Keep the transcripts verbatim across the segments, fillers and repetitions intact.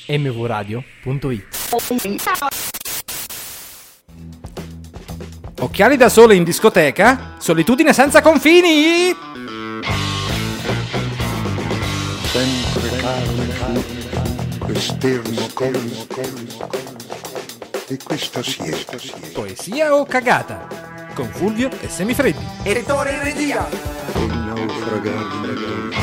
m v radio punto it. Occhiali da sole in discoteca? Solitudine senza confini? Sempre calmo, esterno colmo, e questa siesta. Poesia o cagata? Con Fulvio e Semifreddi. Editore in regia. Il naufragare dolce.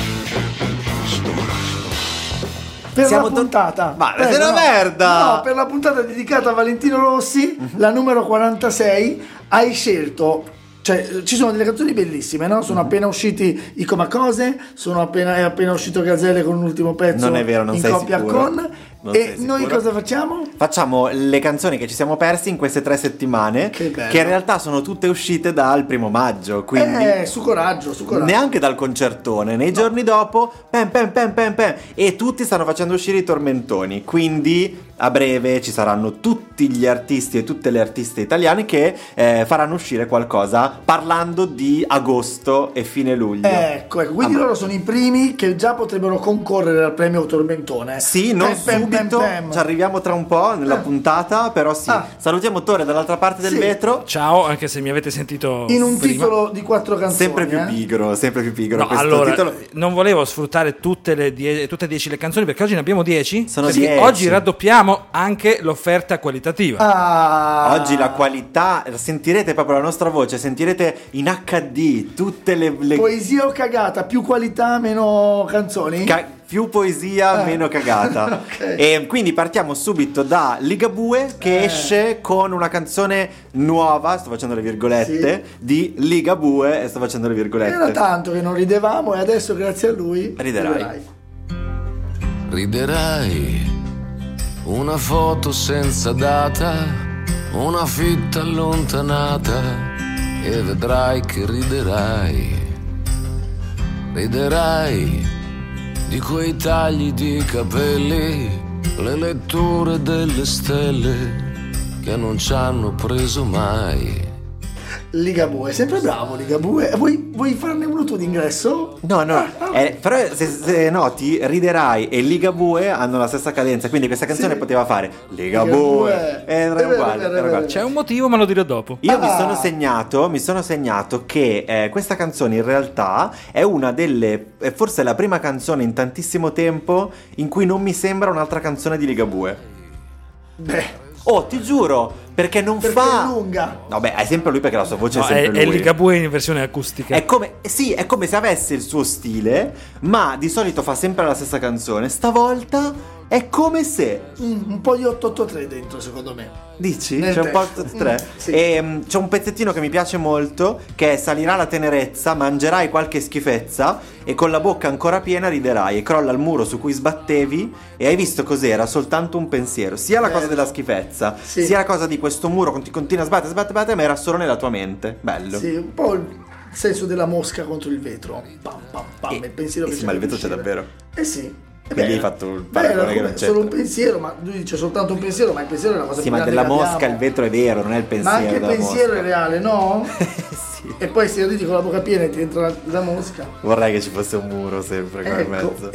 Per Siamo la puntata, Ma prego, è una no. merda! No, per la puntata dedicata a Valentino Rossi, uh-huh. la numero quarantasei, hai scelto. Cioè, ci sono delle canzoni bellissime, no? Sono uh-huh. appena usciti i Comacose, sono appena, è appena uscito Gazelle con un ultimo pezzo. Non è vero, non in sei coppia sicuro. con. Non e noi cosa facciamo? Facciamo le canzoni che ci siamo persi in queste tre settimane, che, che in realtà sono tutte uscite dal primo maggio, quindi eh, su coraggio, su coraggio. Neanche dal concertone, nei no. giorni dopo pem pem pem pem pem, e tutti stanno facendo uscire i tormentoni, quindi a breve ci saranno tutti gli artisti e tutte le artiste italiane che eh, faranno uscire qualcosa parlando di agosto e fine luglio. Ecco, ecco. Quindi ah, loro sono i primi che già potrebbero concorrere al premio Tormentone. Sì, non pem, subito, pem, pem. Ci arriviamo tra un po' nella eh. puntata, però sì. Ah. Salutiamo Tore dall'altra parte del sì. vetro. Ciao, anche se mi avete sentito in un prima. titolo di quattro canzoni. Sempre più eh? pigro, sempre più pigro. No, questo allora, titolo. Non volevo sfruttare tutte le die- tutte e dieci le canzoni, perché oggi ne abbiamo dieci. Sono perché dieci. Oggi raddoppiamo anche l'offerta qualitativa. Ah. Oggi la qualità, sentirete proprio la nostra voce, sentirete in acca di tutte le, le... Poesia o cagata, più qualità, meno canzoni? Ca- più poesia, eh. meno cagata. Okay. E quindi partiamo subito da Ligabue, che eh. esce con una canzone nuova, sto facendo le virgolette, sì. di Ligabue, e sto facendo le virgolette. Era tanto che non ridevamo e adesso grazie a lui riderai. Riderai. Riderai. Una foto senza data, una fitta allontanata, e vedrai che riderai. Riderai di quei tagli di capelli, le letture delle stelle che non ci hanno preso mai. Ligabue, sempre bravo Ligabue. Vuoi, vuoi farne uno tu d'ingresso? No, no, eh, però se, se noti, Riderai e Ligabue hanno la stessa cadenza, quindi questa canzone sì. poteva fare Ligabue, era uguale, era uguale. C'è un motivo, ma lo dirò dopo. Io ah. mi sono segnato, mi sono segnato che eh, questa canzone in realtà è una delle, è forse la prima canzone in tantissimo tempo in cui non mi sembra un'altra canzone di Ligabue. Beh, oh, ti giuro, perché non perché fa. È lunga. Vabbè, è sempre lui, perché la sua voce no, è sempre è, lui. È Ligabue in versione acustica. È come, sì, è come se avesse il suo stile, ma di solito fa sempre la stessa canzone. Stavolta è come se mm, un po' di otto otto tre dentro, secondo me. Dici? Nel c'è testo. un po' otto otto tre. Mm, sì. E um, c'è un pezzettino che mi piace molto, che è: salirà la tenerezza, mangerai qualche schifezza, e con la bocca ancora piena riderai, e crolla il muro su cui sbattevi, e hai visto cos'era? Soltanto un pensiero. Sia la Bello. cosa della schifezza, sì. sia la cosa di questo muro che continua a sbattere, sbattere, sbattere, ma era solo nella tua mente. Bello. Sì, un po' il senso della mosca contro il vetro. Pam pam pam, E, il pensiero eh che sì, c'è ma il da vetro c'è uscire. davvero. Eh sì. Quindi Beh, hai fatto il beh, paragone che non c'è. solo un pensiero, ma lui dice soltanto un pensiero, ma il pensiero è la cosa Sì, più ma grande della che mosca abbiamo. il vetro è vero, non è il pensiero. Ma anche il della pensiero mosca. è reale, no? Sì. E poi se ridi con la bocca piena e ti entra la, la mosca. Vorrei che ci fosse un muro sempre qua in Ecco, mezzo.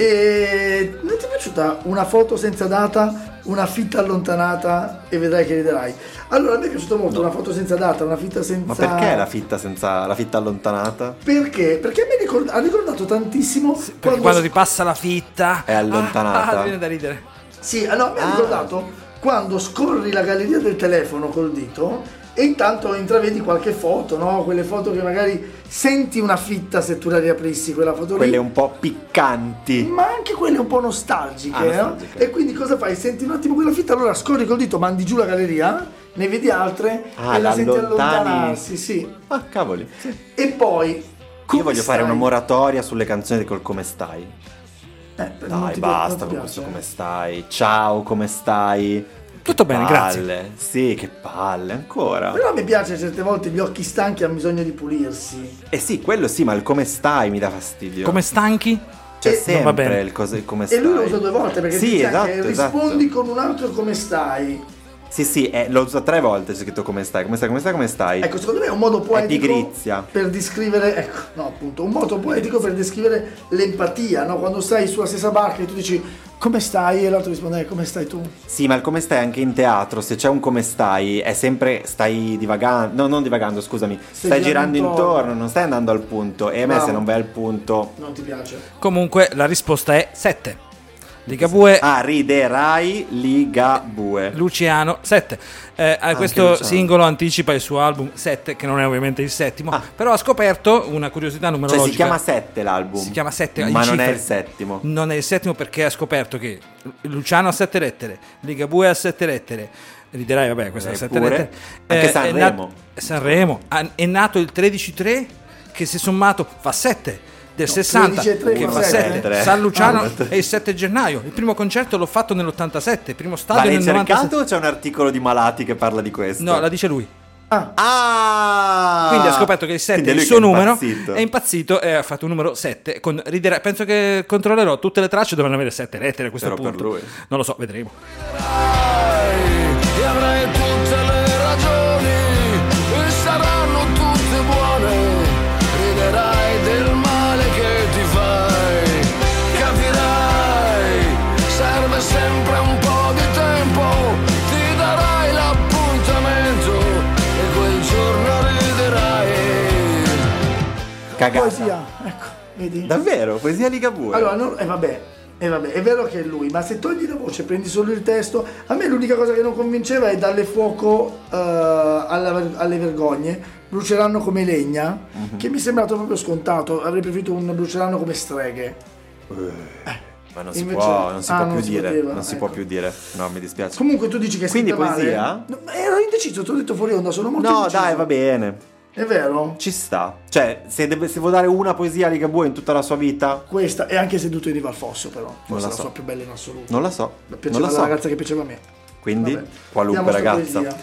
e non ti è piaciuta una foto senza data, una fitta allontanata, e vedrai che riderai? Allora, a me è piaciuta molto no. una foto senza data, una fitta senza. Ma perché la fitta senza la fitta allontanata? Perché? Perché a me ricord... ha ricordato tantissimo sì, quando... quando ti passa la fitta è allontanata. Ah, ah, viene da ridere. Sì, allora mi ha ah. ricordato quando scorri la galleria del telefono col dito e intanto intravedi qualche foto, no? Quelle foto che magari senti una fitta se tu la riaprissi, quella foto quelle lì. un po' piccanti. Ma anche quelle un po' nostalgiche, ah, nostalgiche. No? E quindi cosa fai? Senti un attimo quella fitta, allora scorri col dito, mandi giù la galleria, ne vedi altre ah, e la senti allontani. allontanarsi, sì. Ah, cavoli. Sì. E poi io voglio stai? fare una moratoria sulle canzoni col come stai. Eh, Dai, basta con questo come stai. Ciao, come stai? Tutto bene, palle. grazie. Sì, che palle, ancora. Però mi piace certe volte gli occhi stanchi hanno bisogno di pulirsi. Eh sì, quello sì, ma il come stai mi dà fastidio. Come stanchi? C'è E- sempre va bene. il, cosa, il come stai. E lui lo usa due volte perché sì, dice esatto, anche esatto. rispondi con un altro come stai. Sì, sì, eh, l'ho usato tre volte, c'è scritto come stai, come stai, come stai, come stai. Ecco, secondo me è un modo poetico pigrizia. per descrivere, ecco, no, appunto, un modo poetico per descrivere l'empatia, no? Quando stai sulla stessa barca e tu dici come stai e l'altro risponde eh, come stai tu. Sì, ma il come stai anche in teatro, se c'è un come stai, è sempre stai divagando, no, non divagando, scusami, stai, stai girando intorno. intorno, non stai andando al punto. E a me Bravo. se non vai al punto non ti piace. Comunque la risposta è sette. Ligabue. Ah, riderai Ligabue. Luciano sette. Eh, questo Luciano. singolo anticipa il suo album sette, che non è ovviamente il settimo, Ah. però ha scoperto una curiosità numerologica. Cioè si chiama sette l'album. Si chiama sette, ma in non cifre. è il settimo. Non è il settimo perché ha scoperto che Luciano ha sette lettere, Ligabue ha sette lettere. Riderai, vabbè, queste Eh, sono sette pure. lettere. Anche Eh, Sanremo. È nato, Sanremo. Ha- È nato il tredici tre, che se sommato fa sette. Del sessanta, tredici e tre che fa fa sette. sette. San Luciano Ah, è il sette gennaio. Il primo concerto l'ho fatto nell'ottantasette, il primo Ma stadio l'hai nel cercato novantasette. o c'è un articolo di Malati che parla di questo? No, la dice lui. Ah! Quindi ha scoperto che il sette è Quindi il lui suo che è numero, impazzito. è impazzito e ha fatto un numero sette. Con ridere- penso che controllerò tutte le tracce, dovranno avere sette lettere a questo Però per punto. lui. Non lo so, vedremo. E avrai tutte le ragioni e saranno tutte buone. Riderai del male che ti fai, capirai, serve sempre un po' di tempo, ti darai l'appuntamento e quel giorno riderai. Cagata. Poesia, ecco, vedi? Davvero? Poesia Ligabue. Allora, no, eh, vabbè, eh, vabbè, è vero che è lui, ma se togli la voce, prendi solo il testo, a me l'unica cosa che non convinceva è darle fuoco eh, alla- alle vergogne, bruceranno come legna, Mhm. che mi è sembrato proprio scontato, avrei preferito un bruceranno come streghe. Ma non si Invece- può, non si ah, può non più si dire, poteva, non si ecco. può più dire. No, mi dispiace. Comunque tu dici che è Quindi scritta male? poesia? No, ero indeciso, ti ho detto fuori onda, sono molto No, indeciso. dai, va bene. È vero? Ci sta. Cioè, se, deve, se vuoi dare una poesia a Ligabue in tutta la sua vita, Questa è anche seduto in riva al fosso, però. Forse la la so. sua più bella in assoluto. non la so. Piaceva Non la alla so. ragazza che piaceva a me. Quindi, Vabbè. qualunque Diamo sta ragazza. poesia.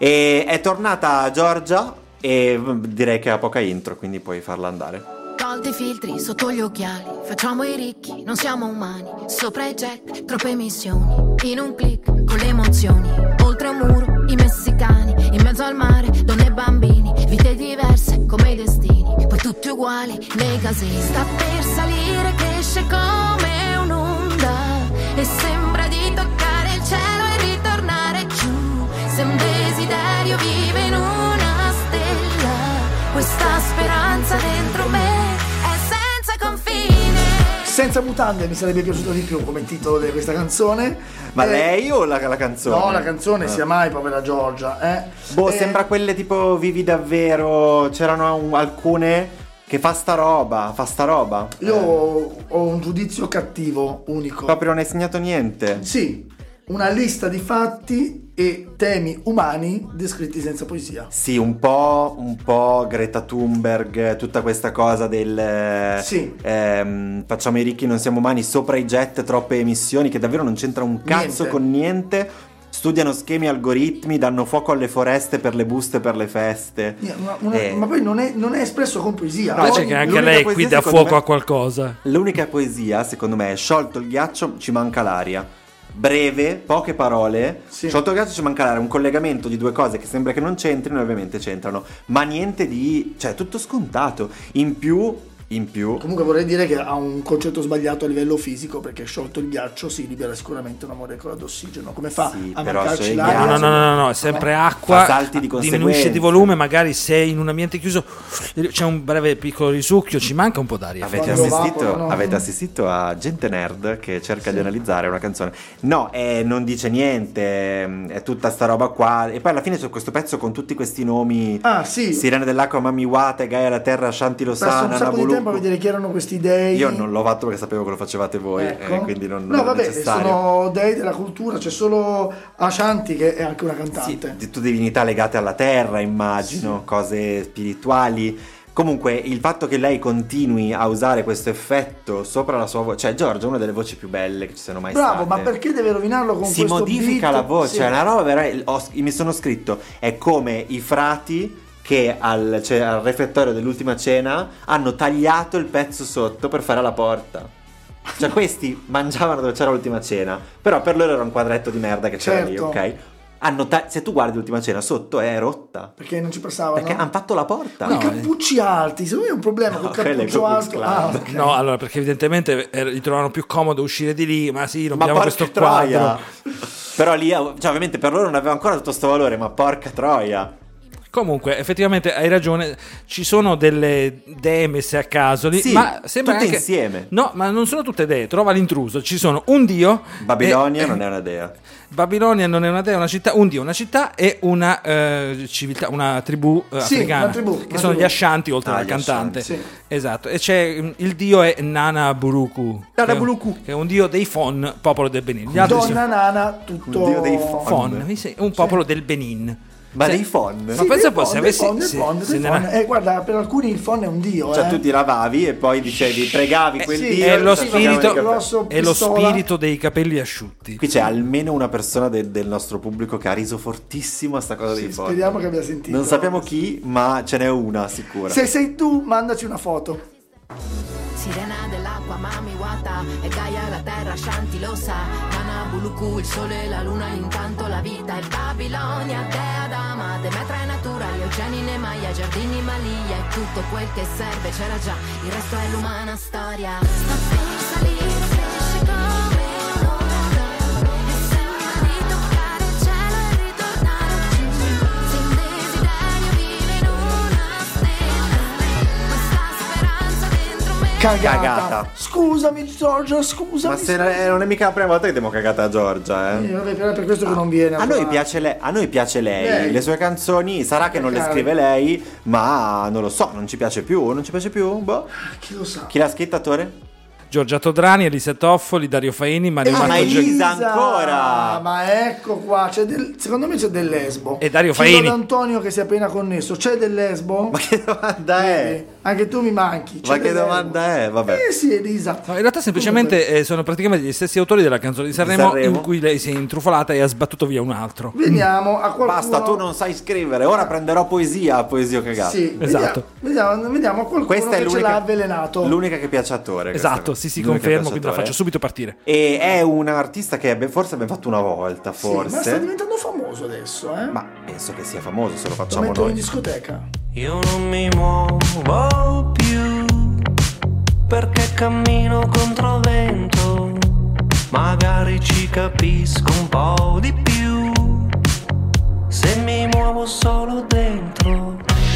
E è tornata Giorgia e mm, direi che ha poca intro, quindi puoi farla andare. Tolti i filtri sotto gli occhiali, facciamo i ricchi, non siamo umani. Sopra i jet, troppe emissioni. In un click, con le emozioni. Oltre un muro, i messicani. In mezzo al mare, donne e bambini. Vite diverse, come i destini. Poi tutti uguali, nei casini. Sta per salire, cresce come un'onda. E sembra di toccare il cielo e ritornare giù. Se un desiderio vive in una stella, questa speranza dentro me è senza confine. Senza mutande mi sarebbe piaciuto di più come titolo di questa canzone. Ma Eh, lei o la, la canzone? No, la canzone Ah. sia mai, povera Giorgia. Eh. Boh, Eh, sembra quelle tipo Vivi davvero. C'erano un- alcune che fa sta roba, fa sta roba. Io Eh, ho, ho un giudizio cattivo, unico. proprio non hai segnato niente. Sì, una lista di fatti e temi umani descritti senza poesia. Sì, un po', un po' Greta Thunberg, tutta questa cosa del Sì. ehm, facciamo i ricchi, non siamo umani, sopra i jet troppe emissioni, che davvero non c'entra un cazzo Niente. con niente. Studiano schemi e algoritmi, danno fuoco alle foreste per le buste per le feste. Una- una- Eh, Ma poi non è, non è espresso con poesia. No, No, c'è che anche l'unica lei poesia, qui dà secondo fuoco me- a qualcosa. L'unica poesia, secondo me, è sciolto il ghiaccio, ci manca l'aria. Breve, poche parole. Sì. Sciolto il ghiaccio, ci manca l'aria. Un collegamento di due cose che sembra che non c'entrino, e ovviamente c'entrano. Ma niente di. Cioè, tutto scontato. In più. In più. Comunque vorrei dire che ha un concetto sbagliato a livello fisico, perché sciolto il ghiaccio si libera sicuramente una molecola d'ossigeno. Come fa Sì, a però mancarci se il l'aria? No, no, no, no, no, no, è sempre acqua. Fa salti di Diminuisce conseguenza. di volume, magari se in un ambiente chiuso c'è un breve piccolo risucchio, ci manca un po' d'aria. Avete Quando assistito, evaporano. avete assistito a gente nerd che cerca di analizzare una canzone. No, eh, non dice niente, è tutta sta roba qua. E poi alla fine c'è questo pezzo con tutti questi nomi. Ah, sì. Sirene dell'acqua, Mami Wate, Gaia la terra, Shanti Passo Losana, un sacco di Nabulu. tempo a vedere chi erano questi dei. Io non l'ho fatto perché sapevo che lo facevate voi, Ecco. eh, quindi non, non no, è vabbè, necessario. sono dei della cultura, c'è solo Ashanti che è anche una Sì, cantante. di tutte divinità legate alla terra, immagino, cose spirituali. Comunque, il fatto che lei continui a usare questo effetto sopra la sua voce, cioè Giorgia è una delle voci più belle che ci siano mai Bravo, state. ma perché deve rovinarlo con si questo modifica beat? la voce, Sì. è una roba vera. ho- mi sono scritto, è come i frati che al, cioè, al refettorio dell'ultima cena hanno tagliato il pezzo sotto per fare la porta. Cioè questi mangiavano dove c'era l'ultima cena, però per loro era un quadretto di merda che c'era lì, Certo. ok? hanno ta- se tu guardi l'ultima cena sotto è rotta. Perché non ci passavano? Perché hanno fatto la porta. I cappucci alti, secondo me è un problema No, col quello è il cappuccio Ku Klux alto. Klan. Ah, ok. No, allora perché evidentemente eh, gli trovano più comodo uscire di lì, ma sì, non Ma abbiamo porca questo troia. quadro. Però lì, cioè, ovviamente per loro non aveva ancora tutto sto valore, ma porca troia. Comunque, effettivamente hai ragione, ci sono delle idee messe a caso lì, Sì, ma sembra tutte anche... insieme. No, ma non sono tutte idee, trova l'intruso, ci sono un dio... Babilonia e- non è una dea. Babilonia non è una dea, è una città, un dio, una città e una eh, civiltà, una tribù eh, Sì, africana, una tribù, che una sono tribù. gli Ashanti oltre Ah, alla gli cantante. Ashanti, sì. Esatto, e c'è mm, il dio è Nana Buruku. Nana che- Buruku. Che è un dio dei Fon, popolo del Benin. Gli altri Donna nana, tutto... Un dio dei fon. Fon, mi sa- un popolo del Benin. Ma Sì. dei fon. Ma Sì, pensa dei un po' fon, se dei avessi- fon, dei se- fon, dei se ne fon. era- Eh, guarda, per alcuni il fon è un dio, Cioè eh. tu ti lavavi e poi dicevi, pregavi quel sì, dio. è lo e spirito, facevano i grosso è lo pistola. spirito dei capelli asciutti. Qui c'è almeno una persona de- del nostro pubblico che ha riso fortissimo a sta cosa dei Sì, fon. speriamo che abbia sentito. Non sappiamo chi, ma ce n'è una sicura. Se sei tu, mandaci una foto. Sirena dell'acqua, mami wata, e Gaia la terra, Shanti lo sa. Nana Buluku, il sole, la luna, l'incanto, la vita e Babilonia, dea d'ama, Demetra è natura, gli oceani, Nemaia, giardini, Malia, e tutto quel che serve c'era già, il resto è l'umana storia. Sta per salire, cresce come un'onda, e sembra di toccare il cielo e ritornare giù. Se un desiderio vive in una stella, questa speranza dentro me. Cagata. Cagata. Scusami Giorgia, scusami. Ma se non è, non è mica la prima volta che abbiamo cagata a Giorgia, eh. Eh, vabbè, però è per questo che non viene. A noi, qua. piace lei, a noi piace lei, Lei. le sue canzoni, sarà che non le Cagare. scrive lei, ma non lo so, non ci piace più, non ci piace più? Boh. Chi lo sa? Chi l'ha scritta, attore? Giorgia Todrani, Elisa Toffoli, Dario Faini, Mario Ah, ma Marco Giacchini. Elisa ancora! Ma ecco qua, c'è del, secondo me c'è del lesbo. E Dario Chiedo Faini. ad Antonio che si è appena connesso, c'è del lesbo? Ma che domanda è? Vedi? Anche tu mi manchi. c'è Ma che del lesbo. domanda è? Vabbè. Eh sì, Elisa. No, in realtà semplicemente eh, sono praticamente gli stessi autori della canzone di Sanremo, Sanremo. in cui lei si è intrufolata e ha sbattuto via un altro. Veniamo a qualcuno. Basta, tu non sai scrivere, ora prenderò poesia a poesia cagata. Sì, Esatto. Vediamo, vediamo, vediamo a qualcuno Questa è che ce l'unica, l'ha avvelenato. l'unica che piace a attore. questa Esatto, cosa. sì, sì, L'unica che confermo, piace quindi la attore. faccio subito partire. E è un artista che abbi- forse abbiamo fatto una volta, Sì, ma sta forse. diventando famoso adesso, eh? Ma penso che sia famoso se lo Lo facciamo mettono in noi. discoteca. Io non mi muovo più perché cammino contro vento. Magari ci capisco un po' di più se mi muovo solo dentro.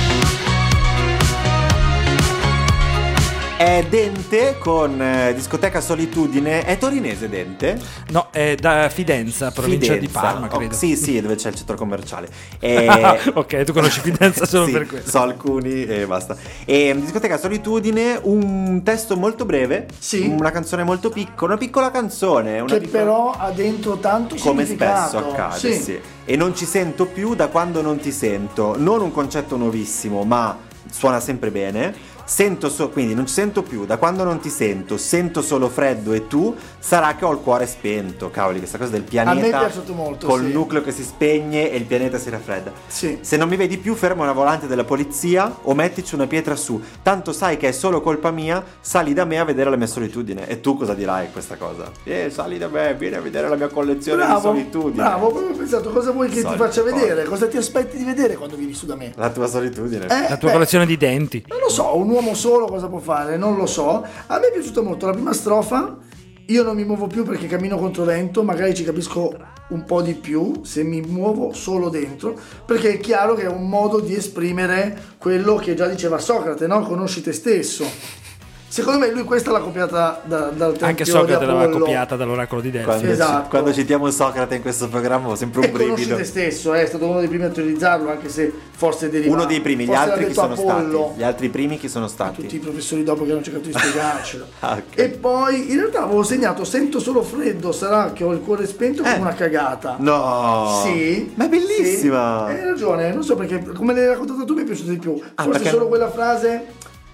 È Dente con eh, discoteca Solitudine. È torinese Dente? No, è da Fidenza, provincia di Fidenza. Parma, Oh, credo. sì, sì, dove c'è il centro commerciale. E... Ok, tu conosci Fidenza solo Sì, per questo. so alcuni e basta. E discoteca Solitudine, un testo molto breve, Sì. una canzone molto piccola, una piccola canzone, una Che piccola- però ha dentro tanto come significato. spesso accade, Sì. sì. E non ci sento più da quando non ti sento. Non un concetto nuovissimo, ma suona sempre bene. Sento so- quindi non ci sento più da quando non ti sento, sento solo freddo e tu, sarà che ho il cuore spento. Cavoli, questa cosa del pianeta A me è piaciuto molto, col sì. nucleo che si spegne e il pianeta si raffredda. Sì. Se non mi vedi più, ferma una volante della polizia o mettici una pietra su. Tanto sai che è solo colpa mia, sali da me a vedere la mia solitudine. E tu cosa dirai a questa cosa? Eh, sali da me, vieni a vedere la mia collezione Bravo, di solitudine. bravo, proprio ho pensato cosa vuoi che ti Solito faccia poi. vedere, cosa ti aspetti di vedere quando vieni su da me. La tua solitudine. Eh, La tua beh, collezione di denti. non lo so, un uomo solo cosa può fare, non lo so. A me è piaciuta molto la prima strofa. Io non mi muovo più perché cammino contro vento, magari ci capisco un po' di più se mi muovo solo dentro, perché è chiaro che è un modo di esprimere quello che già diceva Socrate, no? Conosci te stesso. Secondo me lui questa l'ha copiata da- dal tempio Anche di Socrate l'aveva Apollo. copiata dall'oracolo di Delfi. Quando, Esatto. ci- quando citiamo Socrate in questo programma ho sempre un E conosci brivido. te stesso, eh, è stato uno dei primi a utilizzarlo, anche se forse deriva. Uno dei primi, gli forse altri l'ha chi detto sono Apollo. stati? Gli altri primi chi sono stati? Tutti i professori dopo che hanno cercato di spiegarcelo. Ah, ok. E poi in realtà avevo segnato sento solo freddo, sarà che ho il cuore spento come Eh. una cagata. No! Sì. Ma è bellissima! Sì. Hai ragione, non so perché come l'hai raccontata tu mi è piaciuta di più. Ah, Forse perché- solo quella frase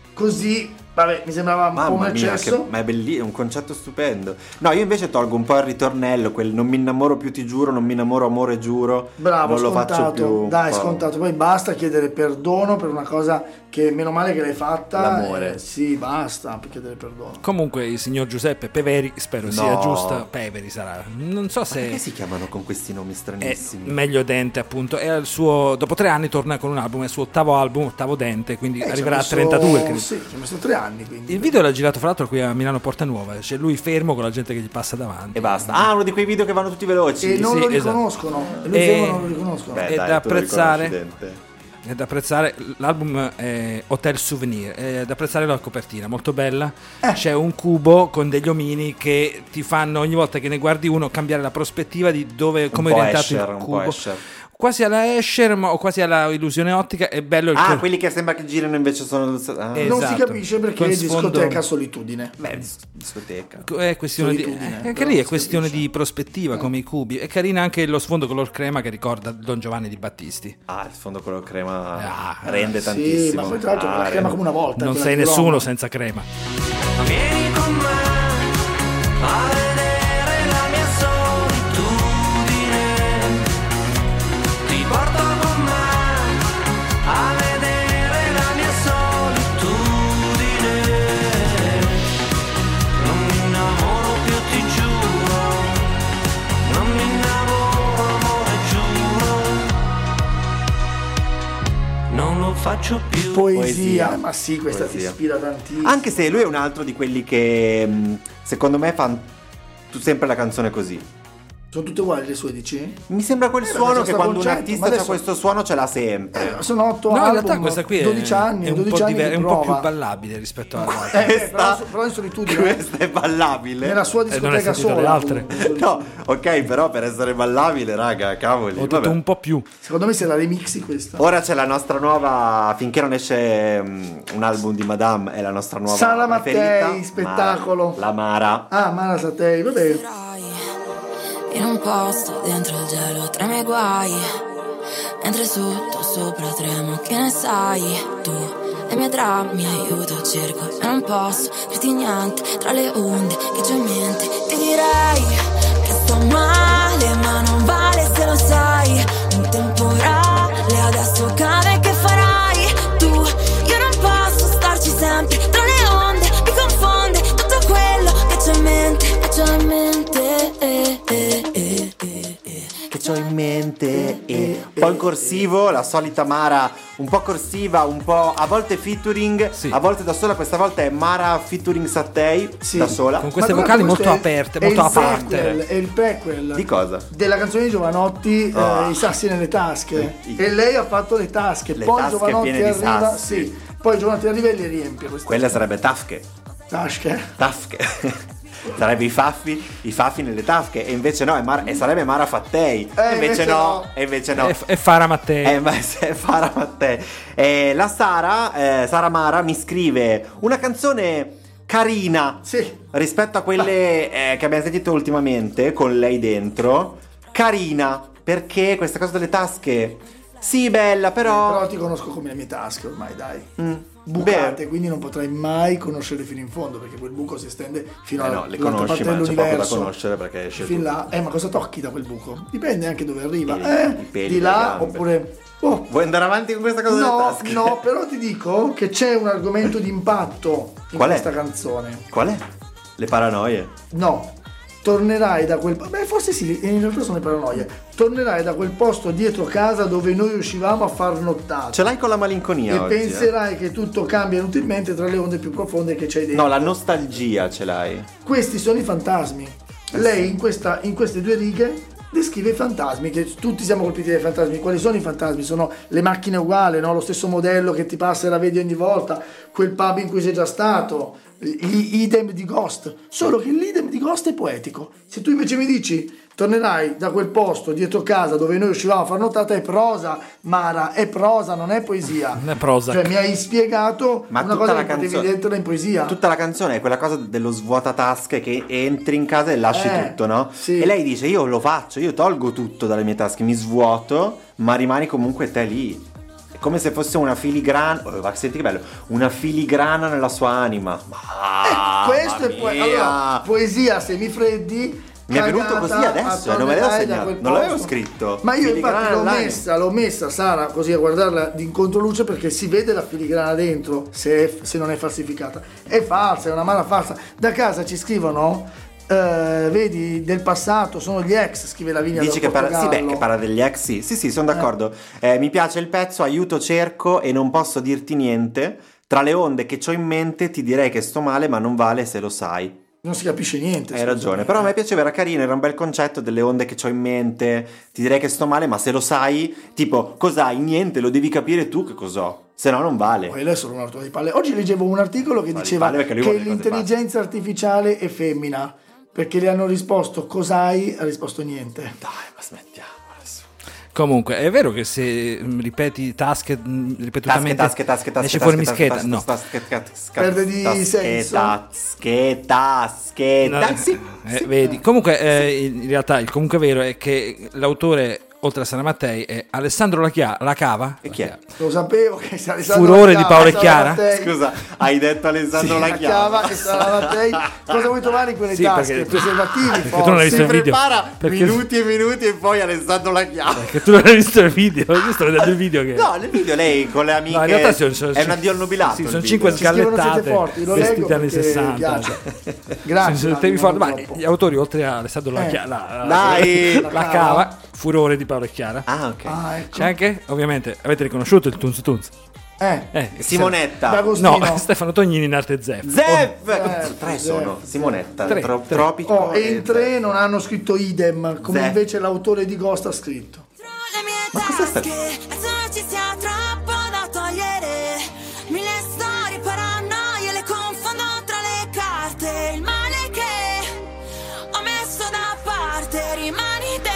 così, vabbè, mi sembrava un po' un Mamma mia, eccesso. che, ma è bellissimo, è un concetto stupendo. No, io invece tolgo un po' il ritornello, quel non mi innamoro più ti giuro, non mi innamoro amore giuro. Bravo, non lo scontato. faccio più. Dai, un po'. scontato. Poi basta chiedere perdono per una cosa che meno male che l'hai fatta. L'amore. Eh, sì, basta, perché te ne perdono. Comunque il signor Giuseppe Peveri, spero No. sia giusta, Peveri sarà, non so se Perché si chiamano con questi nomi è stranissimi? meglio Dente, appunto, e al suo, dopo tre anni torna con un album, è il suo ottavo album, ottavo Dente, quindi Eh, arriverà a ci ha messo- trentadue, credo. Sì, ci ha messo tre anni, quindi. Il video l'ha girato fra l'altro qui a Milano Porta Nuova, c'è lui fermo con la gente che gli passa davanti. E basta. Ah, uno di quei video che vanno tutti veloci. E non sì, lo esatto. riconoscono. E lui E- fermo non lo riconoscono. Beh, è dai, da tu lo apprezzare. riconosci, Dente. È da apprezzare, l'album è Hotel Souvenir, è da apprezzare la copertina, molto bella. Eh. C'è un cubo con degli omini che ti fanno ogni volta che ne guardi uno cambiare la prospettiva di dove, come è po' orientato Escher, il un po' cubo. Escher. Quasi alla Escher ma- o quasi alla illusione ottica, è bello il Ah, cor- quelli che sembra che girano invece sono... Ah. Eh, Non si esatto. capisce perché Con è sfondo- discoteca solitudine. Beh, dis- discoteca. È questione di, Solitudine, eh, anche però lì è non si questione capisce. di prospettiva, come i cubi. È carina anche lo sfondo color crema che ricorda Don Giovanni di Battisti. Ah, il sfondo color crema Ah, rende Sì, tantissimo. ma poi tra l'altro Ah, la crema rende. come una volta. Non quella sei di nessuno Roma. senza crema. Vieni con me a vedere la mia solitudine. Ti porto con me a vedere la mia solitudine. Non mi innamoro più, ti giuro. Non mi innamoro, amore, giuro. Non lo faccio più. Poesia. Poesia. Ma sì, questa Poesia. ti ispira tantissimo. Anche se lui è un altro di quelli che mh, secondo me fanno sempre la canzone così. Sono tutte uguali le sue, dici? Mi sembra quel Eh, suono perché che sta quando un concetto, artista ma ha adesso- questo suono ce l'ha sempre. Eh, sono otto No, in album, realtà questa qui è, dodici anni, è un, dodici po', anni diver- di è un po' più prova. ballabile rispetto all'altra. Eh, beh, però, però in solitudine. Questa è ballabile. Nella sua non hai discoteca sentito sola. le altre? comunque. No, ok, però per essere ballabile, raga, cavoli. Ho detto Vabbè. un po' più. Secondo me se la remixi questa. Ora c'è la nostra nuova, finché non esce um, un album di Madame, è la nostra nuova Sara preferita, Mattei, spettacolo. Mara, la Mara. Ah, Mara Satei, vabbè. In un posto dentro il gelo tra i miei guai, mentre sotto sopra tremo, che ne sai tu? Le mie drammi aiuto, cerco e non posso dirti niente tra le onde che c'ho in mente. Ti direi che sto male, ma non vale se lo sai. Un temporale adesso cade, che farai tu? Io non posso starci sempre tra le onde, mi confonde tutto quello che c'ho in mente, che c'ho in mente. Eh, eh, eh, eh, eh. Che c'ho in mente e un po' in corsivo, la solita Mara un po' corsiva, un po' a volte featuring, Sì. a volte da sola. Questa volta è Mara featuring Sattei, Sì. da sola. Con queste Ma vocali guarda, molto questo è- aperte, è molto il aparte. prequel, È il prequel Di cosa? della canzone di Giovanotti, Ah. eh, I sassi nelle tasche. I- E lei ha fatto le tasche. Le poi tasche Giovanotti piene di arriva. sassi. Sì. Poi Giovanotti arriva e le riempie queste Quella sarebbe Tafche. tasche. Tafche. Sarebbe i faffi, i faffi nelle tasche. E invece no, è Mara- e sarebbe Mara Fattei. Eh, e invece, invece no, no. e invece no. E, e Fara Mattei. Eh, ma se Fara Mattei. Eh, la Sara, eh, Sara Mara mi scrive una canzone carina Sì. rispetto a quelle eh, che abbiamo sentito ultimamente con lei dentro. Carina, perché questa cosa delle tasche, sì, bella, però. Però ti conosco come le mie tasche ormai, dai. Mm, Bucate, beh, quindi non potrai mai conoscere fino in fondo, perché quel buco si estende fino eh alla no, le all'altra conosci, parte ma c'è poco da dell'universo. conoscere perché esce Fin tutto. là, eh, ma cosa tocchi da quel buco? Dipende anche dove arriva. I- eh, i peli di delle là gambe. oppure. Oh, Vuoi andare avanti con questa cosa delle no, tasche? no, però ti dico che c'è un argomento di impatto in Qual è? questa canzone. Qual è? Le paranoie. No, tornerai da quel. Beh, forse sì, in realtà sono le paranoie. Tornerai da quel posto dietro casa dove noi uscivamo a far nottata. Ce l'hai con la malinconia E oggi, eh? penserai che tutto cambia inutilmente tra le onde più profonde che c'hai dentro. No, la nostalgia ce l'hai. Questi sono i fantasmi. Lei in, questa, in queste due righe descrive i fantasmi, che tutti siamo colpiti dai fantasmi. Quali sono i fantasmi? Sono le macchine uguali, no? Lo stesso modello che ti passa e la vedi ogni volta, quel pub in cui sei già stato, l'idem di Ghost. Solo che l'idem di Ghost è poetico. Se tu invece mi dici tornerai da quel posto dietro casa dove noi uscivamo a far nottata, è prosa, Mara, è prosa, non è poesia. Non è prosa. Cioè mi hai spiegato Ma una tutta cosa la che potevi canzone- letterla in poesia. Tutta la canzone è quella cosa dello svuotatasche che entri in casa e lasci Eh, tutto, no? sì. E lei dice: io lo faccio, io tolgo tutto dalle mie tasche, mi svuoto, ma rimani comunque te lì. È come se fosse una filigrana. Oh, ma senti che bello! Una filigrana nella sua anima. Eh, questo è Mamma po- mia! allora, poesia semifreddi. Mi è venuto così adesso, non me l'avevo segnato, non l'avevo posto. scritto. Ma io infatti Filigrana l'ho online. messa, l'ho messa Sara così a guardarla di controluce perché si vede la filigrana dentro se, è- se non è falsificata. È falsa, è una mala falsa. Da casa ci scrivono, eh, vedi, del passato, sono gli ex, scrive Lavinia Dici dal che parla, sì, beh, Portogallo. che parla degli ex, sì, sì, sì, sono d'accordo. Eh, mi piace il pezzo, aiuto cerco e non posso dirti niente. Tra le onde che c'ho in mente ti direi che sto male, ma non vale se lo sai. Non si capisce niente. Hai scusa. ragione, però a me piaceva, era carino, era un bel concetto delle onde che c'ho in mente, ti direi che sto male, ma se lo sai, tipo, cos'hai? Niente, lo devi capire tu che cos'ho, se no non vale. Poi lei è solo una rottura di palle. Oggi leggevo un articolo che Ma di diceva palle perché lui che vuole le cose l'intelligenza artificiale è femmina, perché le hanno risposto cos'hai, ha risposto niente. Dai, ma smettiamo adesso. Comunque, è vero che se mh, ripeti tasche mh, Tasche, ripetutamente tasche, tasche, tasche, esce fuori tasche, mischeta? tasche, No. tasche, tasche, Perde di tasche, senso? Tasche, tasche, No, tasche. eh, Sì. vedi. Comunque, eh, in realtà, il comunque vero è che l'autore, oltre a Sara Mattei, è Alessandro Lachia- Lacava. E chi è? Lo sapevo che se Alessandro Furore Lacava, di Paolo e Sara Chiara? Mattei, Scusa, hai detto Alessandro la Lacchiava. chiava e Sara Mattei. Cosa vuoi trovare in quelle Sì, tasche? perché- Preservativi, perché tu forse. non hai visto Si il video. prepara Perché- minuti e minuti e poi Alessandro Lacchiava. Che tu non hai visto il video? Io sto vedendo il video che... No, nel video lei con le amiche No, in realtà sono, sono, è un addio al nubilato. sì, il sono video. cinque Ci scrivono siete sgallettate forti, lo leggo vestite anni perché sessanta. piace. Sì, Grazie. sono Mario, temi forti. non Ma troppo. gli autori, oltre a Alessandro Eh. Lachia- la, la, Dai. la, la cava, Furore di Paolo e Chiara. Ah, ok. Ah, ecco. C'è anche, ovviamente, avete riconosciuto il Tunz Tunz? Eh, Eh, Simonetta. D'Agostino. No, Stefano Tognini in arte Zeff. Zeff. Zeff, Tre Zeff, sono. Zeff. Simonetta, Tre, tro- tre. Tropico Oh, e in e tre Zeff. non hanno scritto idem, come Zeff. invece l'autore di Ghost ha scritto. Ma cosa sta? Adesso ci sia troppo da togliere. Mille storie, paranoie, le confondo tra le carte. Il male che ho messo da parte rimani te.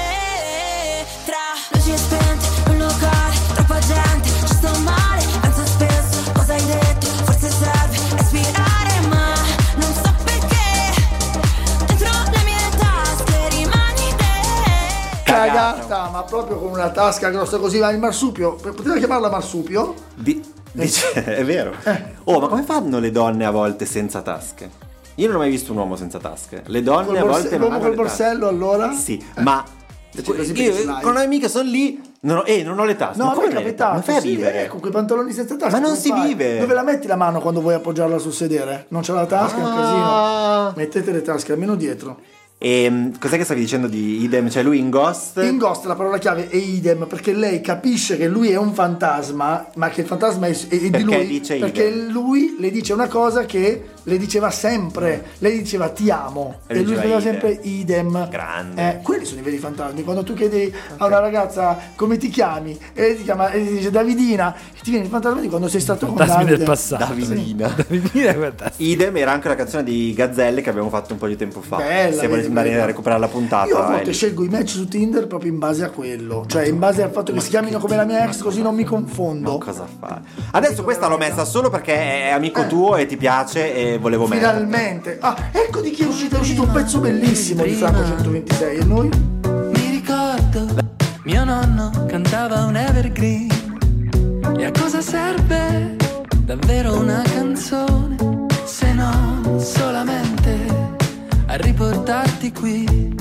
Tra luci spente, un locale, troppa gente, ci sto male, penso spesso, cosa hai detto? Forse serve respirare, ma non so perché. Dentro le mie tasche rimani te. Cagata, ma proprio con una tasca grossa così. Ma il marsupio, poteva chiamarla marsupio? Di- dice, è vero. Oh, ma come fanno le donne a volte senza tasche? Io non ho mai visto un uomo senza tasche. Le donne Col a borse- volte non l'uomo hanno col le tasche. borsello, allora? Sì, ma Dici così io perché ce l'hai? con le amiche sono lì, non ho, eh, non ho le tasche. No, ma a me come è non hai le tasche? capitato. Non fai a Sì, vivere. eh, con quei pantaloni senza tasca. Ma non come si fai? vive. Dove la metti la mano quando vuoi appoggiarla sul sedere? Non c'è la tasca, è un casino. Ah. Mettete le tasche almeno dietro. E cos'è che stavi dicendo di idem? Cioè lui in Ghost? In Ghost la parola chiave è idem, perché lei capisce che lui è un fantasma, ma che il fantasma è, è di Perché lui. dice perché idem. lui le dice una cosa che le diceva sempre. Lei diceva ti amo. E E, lui lui diceva diceva idem. sempre idem. Grande. Eh, quelli sono i veri fantasmi. Quando tu chiedi a una ragazza come ti chiami, e lei ti chiama e ti dice Davidina, ti viene il fantasma di quando sei stato con Fantasmi Davide. del passato. Davidina. Davidina è fantastico. Idem era anche la canzone di Gazzelle che abbiamo fatto un po' di tempo fa. Bella, Se volete vedi, andare bella. a recuperare la puntata. Io a è volte lì. scelgo i match su Tinder proprio in base a quello, cioè in base al fatto che si chiamino come la mia ex, così non mi confondo. Ma cosa fare? Adesso questa l'ho messa solo perché è amico tuo e ti piace e volevo metterla. Finalmente. Ah, ecco di chi è uscito, è uscito un pezzo bellissimo di Franco centoventisei e noi? Mi ricordo, mio nonno cantava un evergreen. E a cosa serve davvero una canzone se non solamente a riportarti qui?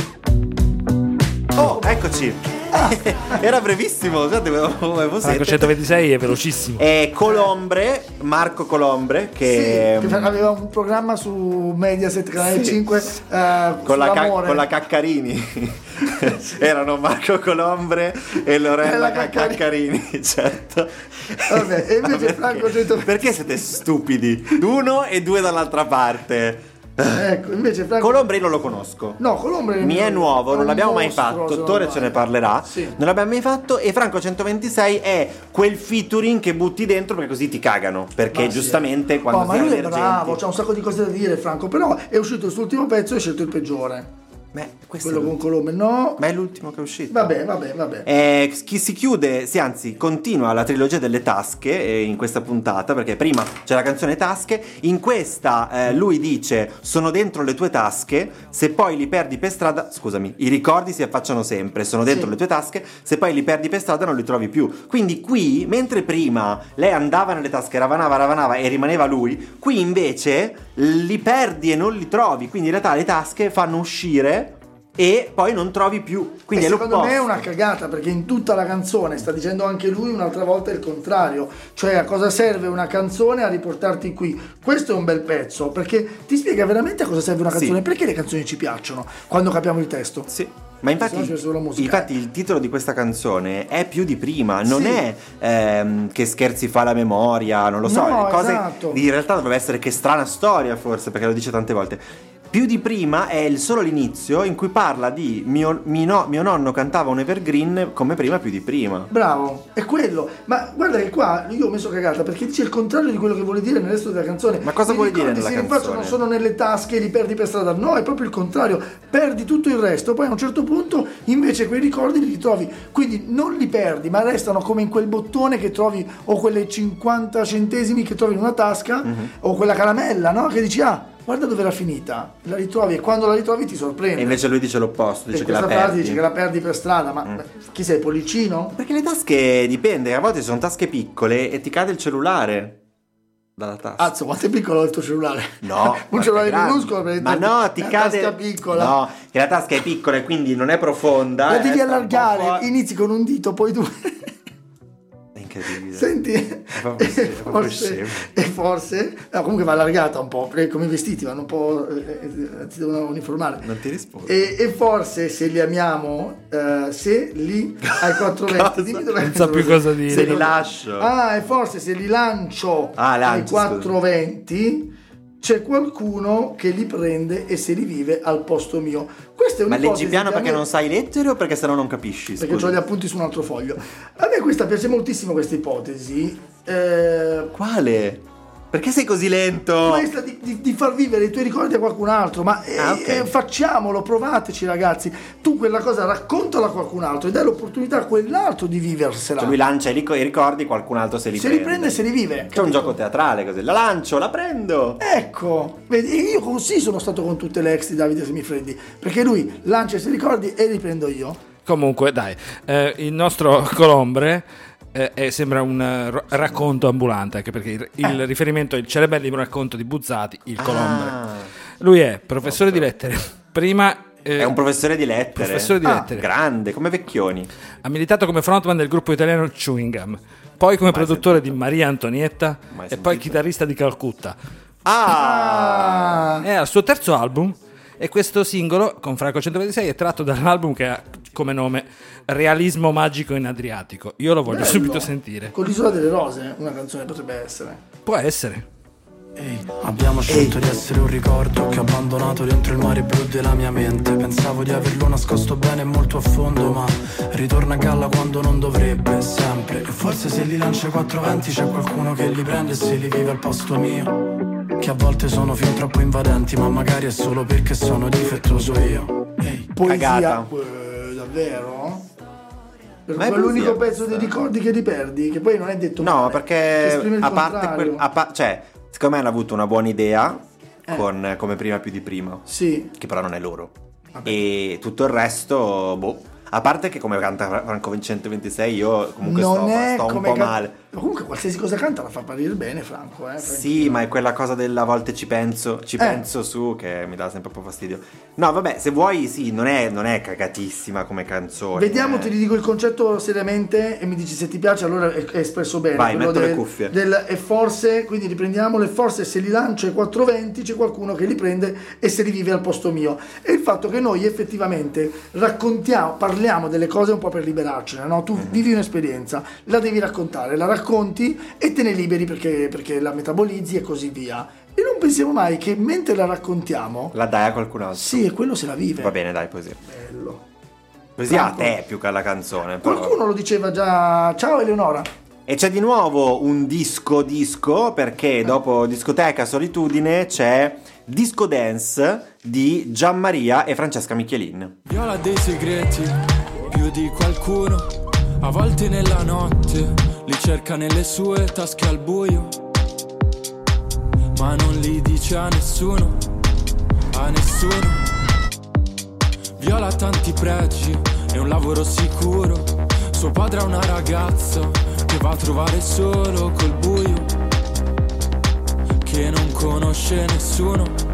Oh, eccoci. Era brevissimo, guardate come come Franco siete. centoventisei è velocissimo. È Colombre, Marco Colombre, che, Sì, che aveva un programma su Mediaset Canale Sì. cinque eh, con, la ca- sull'amore. con la Caccarini. Erano Marco Colombre e Lorella Lorella Caccarini, Caccarini. certo. Vabbè, e invece Perché? Franco centoventisei. Perché siete stupidi? Uno e due dall'altra parte. Ecco, invece Franco Colombre io non lo conosco. No, Colombre Mi è nuovo, non un l'abbiamo mai mostro, fatto. se non Dottore ce sbaglio. ne parlerà. Sì. Non l'abbiamo mai fatto. E Franco centoventisei è quel featuring che butti dentro perché così ti cagano. Perché Ma sì. giustamente quando Oh, ma siamo lui è emergenti. bravo, c'ha un sacco di cose da dire Franco, però è uscito il suo ultimo pezzo e ha scelto il peggiore. Beh, questo Quello è con Colombre, no. Ma è l'ultimo che è uscito. Vabbè, vabbè, vabbè. Eh, chi si chiude, sì, anzi, continua la trilogia delle tasche eh, in questa puntata, perché prima c'è la canzone Tasche, in questa eh, lui dice: sono dentro le tue tasche, se poi li perdi per strada, scusami, i ricordi si affacciano sempre, sono dentro Sì. le tue tasche, se poi li perdi per strada non li trovi più. Quindi qui, mentre prima lei andava nelle tasche, ravanava, ravanava e rimaneva lui, qui invece li perdi e non li trovi, quindi in realtà le tasche fanno uscire e poi non trovi più, quindi e è secondo l'opposto. me è una cagata, perché in tutta la canzone sta dicendo anche lui un'altra volta il contrario, cioè a cosa serve una canzone a riportarti qui. Questo è un bel pezzo perché ti spiega veramente a cosa serve una canzone, Sì. perché le canzoni ci piacciono quando capiamo il testo. Sì. Ma infatti, Se no c'è solo musica. infatti il titolo di questa canzone è più di prima, non Sì. è ehm, che scherzi fa la memoria, non lo so, No, le cose esatto. in realtà dovrebbe essere che strana storia forse, perché lo dice tante volte. Più di prima è il solo l'inizio in cui parla di mio, mi no- mio nonno cantava un evergreen come prima più di prima. Bravo, è quello. Ma guarda che qua io ho messo cagata perché dice il contrario di quello che vuole dire nel resto della canzone. Ma cosa I vuole dire ricordi nella si rinfacciano, canzone? sono nelle tasche, li perdi per strada. No, è proprio il contrario. Perdi tutto il resto, poi a un certo punto invece quei ricordi li ritrovi. Quindi non li perdi, ma restano come in quel bottone che trovi, o quelle cinquanta centesimi che trovi in una tasca, Mhm. o quella caramella, no? Che dici, ah, guarda dove era finita. La ritrovi e quando la ritrovi ti sorprende. E invece lui dice l'opposto, dice e che la questa frase perdi. dice che la perdi per strada, ma Mm. chi sei, Pollicino? Perché le tasche dipende, a volte sono tasche piccole e ti cade il cellulare dalla tasca. Azzo, quanto è piccolo il tuo cellulare? No, un cellulare guarda, è minuscolo grande. per Ma no, ti una cade tasca piccola. No, che la tasca è piccola e quindi non è profonda. La eh, devi sta un po' allargare, fuori. inizi con un dito, poi due. È incredibile. Senti, proprio- e è proprio forse, scemo. e forse no, comunque va allargata un po', perché come i vestiti vanno un po', eh, eh, ti devono uniformare. Non ti rispondo. E, e forse se li amiamo, eh, se li ai quattrocentoventi, Cosa? dimmi dov'è Non so più cosa dire. Se li lascio. Ah, e forse se li lancio Ah, ai lancio, quattrocentoventi c'è qualcuno che li prende e se li vive al posto mio. Questa è Ma un'ipotesi leggi piano che a perché me- non sai lettere o perché sennò non capisci? perché Scusa. ho gli appunti su un altro foglio. A me questa piace moltissimo, questa ipotesi. Eh, Quale? Perché sei così lento? questa di, di- di far vivere i tuoi ricordi a qualcun altro, ma eh, Ah, ok. eh, facciamolo, provateci ragazzi. Tu quella cosa raccontala a qualcun altro e dai l'opportunità a quell'altro di viversela. Cioè lui lancia i ric- i ricordi, qualcun altro se li se prende. li prende, se li vive. C'è un gioco teatrale così. La lancio, la prendo. Ecco, vedi, io così sono stato con tutte le ex di Davide Semifreddi, perché lui lancia i suoi ricordi e li prendo io. Comunque, dai, eh, il nostro Colombre eh, è- sembra un eh, ro- racconto ambulante, anche perché il, il riferimento è il celebellimo racconto di Buzzati, il Colombre. Ah, Lui è professore di lettere. Prima eh, è un professore di lettere. professore di Ah, lettere. grande, come Vecchioni. Ha militato come frontman del gruppo italiano Chewing Gum, poi come Mai produttore sentito. di Maria Antonietta Mai e poi sentito. chitarrista di Calcutta. Ah! È al suo terzo album e questo singolo con Franco centoventisei è tratto dall'album che ha come nome Realismo magico in Adriatico. Io lo voglio Bello. subito sentire. Con l'Isola delle Rose, una canzone potrebbe essere. Può essere. Ehi, abbiamo scelto di essere un ricordo che ho abbandonato dentro il mare blu della mia mente. Pensavo di averlo nascosto bene e molto a fondo, ma ritorna a galla quando non dovrebbe, sempre. E forse se li lancia ai quattrocentoventi c'è qualcuno che li prende e se li vive al posto mio. Che a volte sono fin troppo invadenti, ma magari è solo perché sono difettoso io. Ehi, Poesia, Cagata. eh, davvero? Per Ma è quell'unico poesia pezzo dei questa. ricordi che li perdi, che poi non è detto No, male, che perché esprime il a parte contrario. quel, a pa- cioè, secondo me hanno avuto una buona idea Eh. con eh, come prima più di prima, Sì, che però non è loro. Vabbè. E tutto il resto, boh. A parte che come canta Fra- Franco centoventisei io comunque non sto, è sto un come po' can- male. Ma comunque qualsiasi cosa canta la fa apparire bene Franco, eh, Sì, ma è quella cosa della a volte ci penso, ci Eh. penso su che mi dà sempre un po' fastidio. No, vabbè, se vuoi, sì, non è, non è cagatissima come canzone. Vediamo, eh. ti ridico il concetto seriamente e mi dici se ti piace, allora è, è espresso bene. Vai, quello metto le del- cuffie. del- e forse, quindi riprendiamolo, e forse se li lancio ai quattrocentoventi c'è qualcuno che li prende e se li vive al posto mio. E il fatto che noi effettivamente raccontiamo, parliamo delle cose un po' per liberarcene, no? Tu Mm-hmm. vivi un'esperienza, la devi raccontare, la racconti e te ne liberi perché, perché la metabolizzi e così via. E non pensiamo mai che mentre la raccontiamo, La dai a qualcun altro. sì, e quello se la vive. Va bene, dai, così. Bello. Così a Franco. te più che alla canzone. però- Qualcuno lo diceva già. Ciao Eleonora. E c'è di nuovo un disco disco, perché dopo Discoteca Solitudine c'è Disco Dance di Gianmaria e Francesca Michelin. Viola ha dei segreti, più di qualcuno. A volte nella notte li cerca nelle sue tasche al buio, ma non li dice a nessuno, a nessuno. Viola ha tanti pregi e un lavoro sicuro. Suo padre ha una ragazza che va a trovare solo col buio, che che non conosce nessuno.